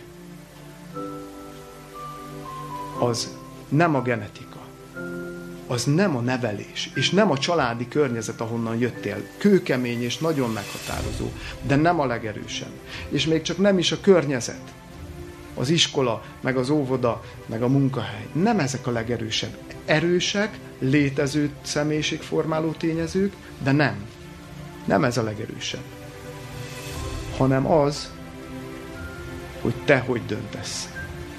az nem a genetika, az nem a nevelés, és nem a családi környezet, ahonnan jöttél. Kőkemény és nagyon meghatározó, de nem a legerősebb. És még csak nem is a környezet. Az iskola, meg az óvoda, meg a munkahely. Nem ezek a legerősebb. Erősek, létező személyiségformáló tényezők, de nem. Nem ez a legerősebb. Hanem az, hogy te hogy döntesz.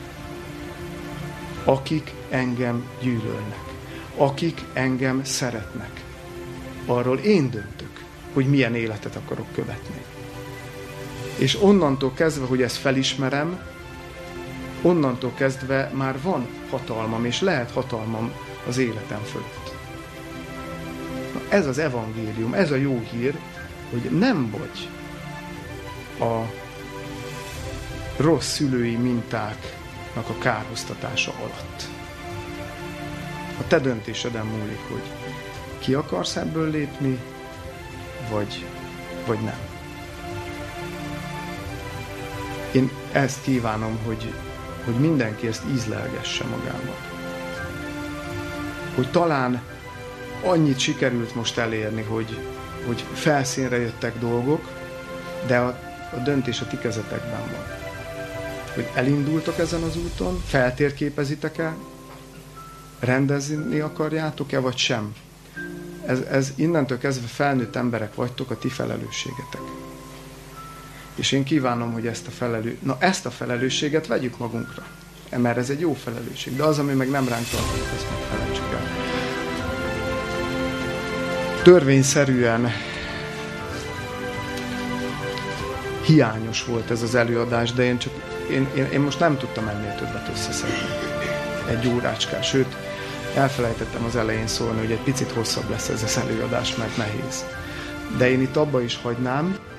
Akik engem gyűlölnek. Akik engem szeretnek. Arról én döntök, hogy milyen életet akarok követni. És onnantól kezdve, hogy ezt felismerem, onnantól kezdve már van hatalmam, és lehet hatalmam az életem fölött. Na, ez az evangélium, ez a jó hír, hogy nem vagy a rossz szülői mintáknak a kárhoztatása alatt. A te döntéseden múlik, hogy ki akarsz ebből lépni, vagy nem. Én ezt kívánom, hogy mindenki ezt ízlelgesse magában. Hogy talán annyit sikerült most elérni, hogy felszínre jöttek dolgok, de a döntés a ti kezetekben van. Hogy elindultok ezen az úton, feltérképezitek-e, rendezni akarjátok-e, vagy sem. Ez innentől kezdve felnőtt emberek vagytok, a ti felelősségetek. És én kívánom, hogy ezt a felelősséget vegyük magunkra. Mert ez egy jó felelősség. De az, ami meg nem ránk tartozik, ezt meg felejtsük el. Törvényszerűen hiányos volt ez az előadás, de én most nem tudtam ennél többet összeszedni. Egy órácskán. Sőt, elfelejtettem az elején szólni, hogy egy picit hosszabb lesz ez az előadás, mert nehéz. De én itt abba is hagynám,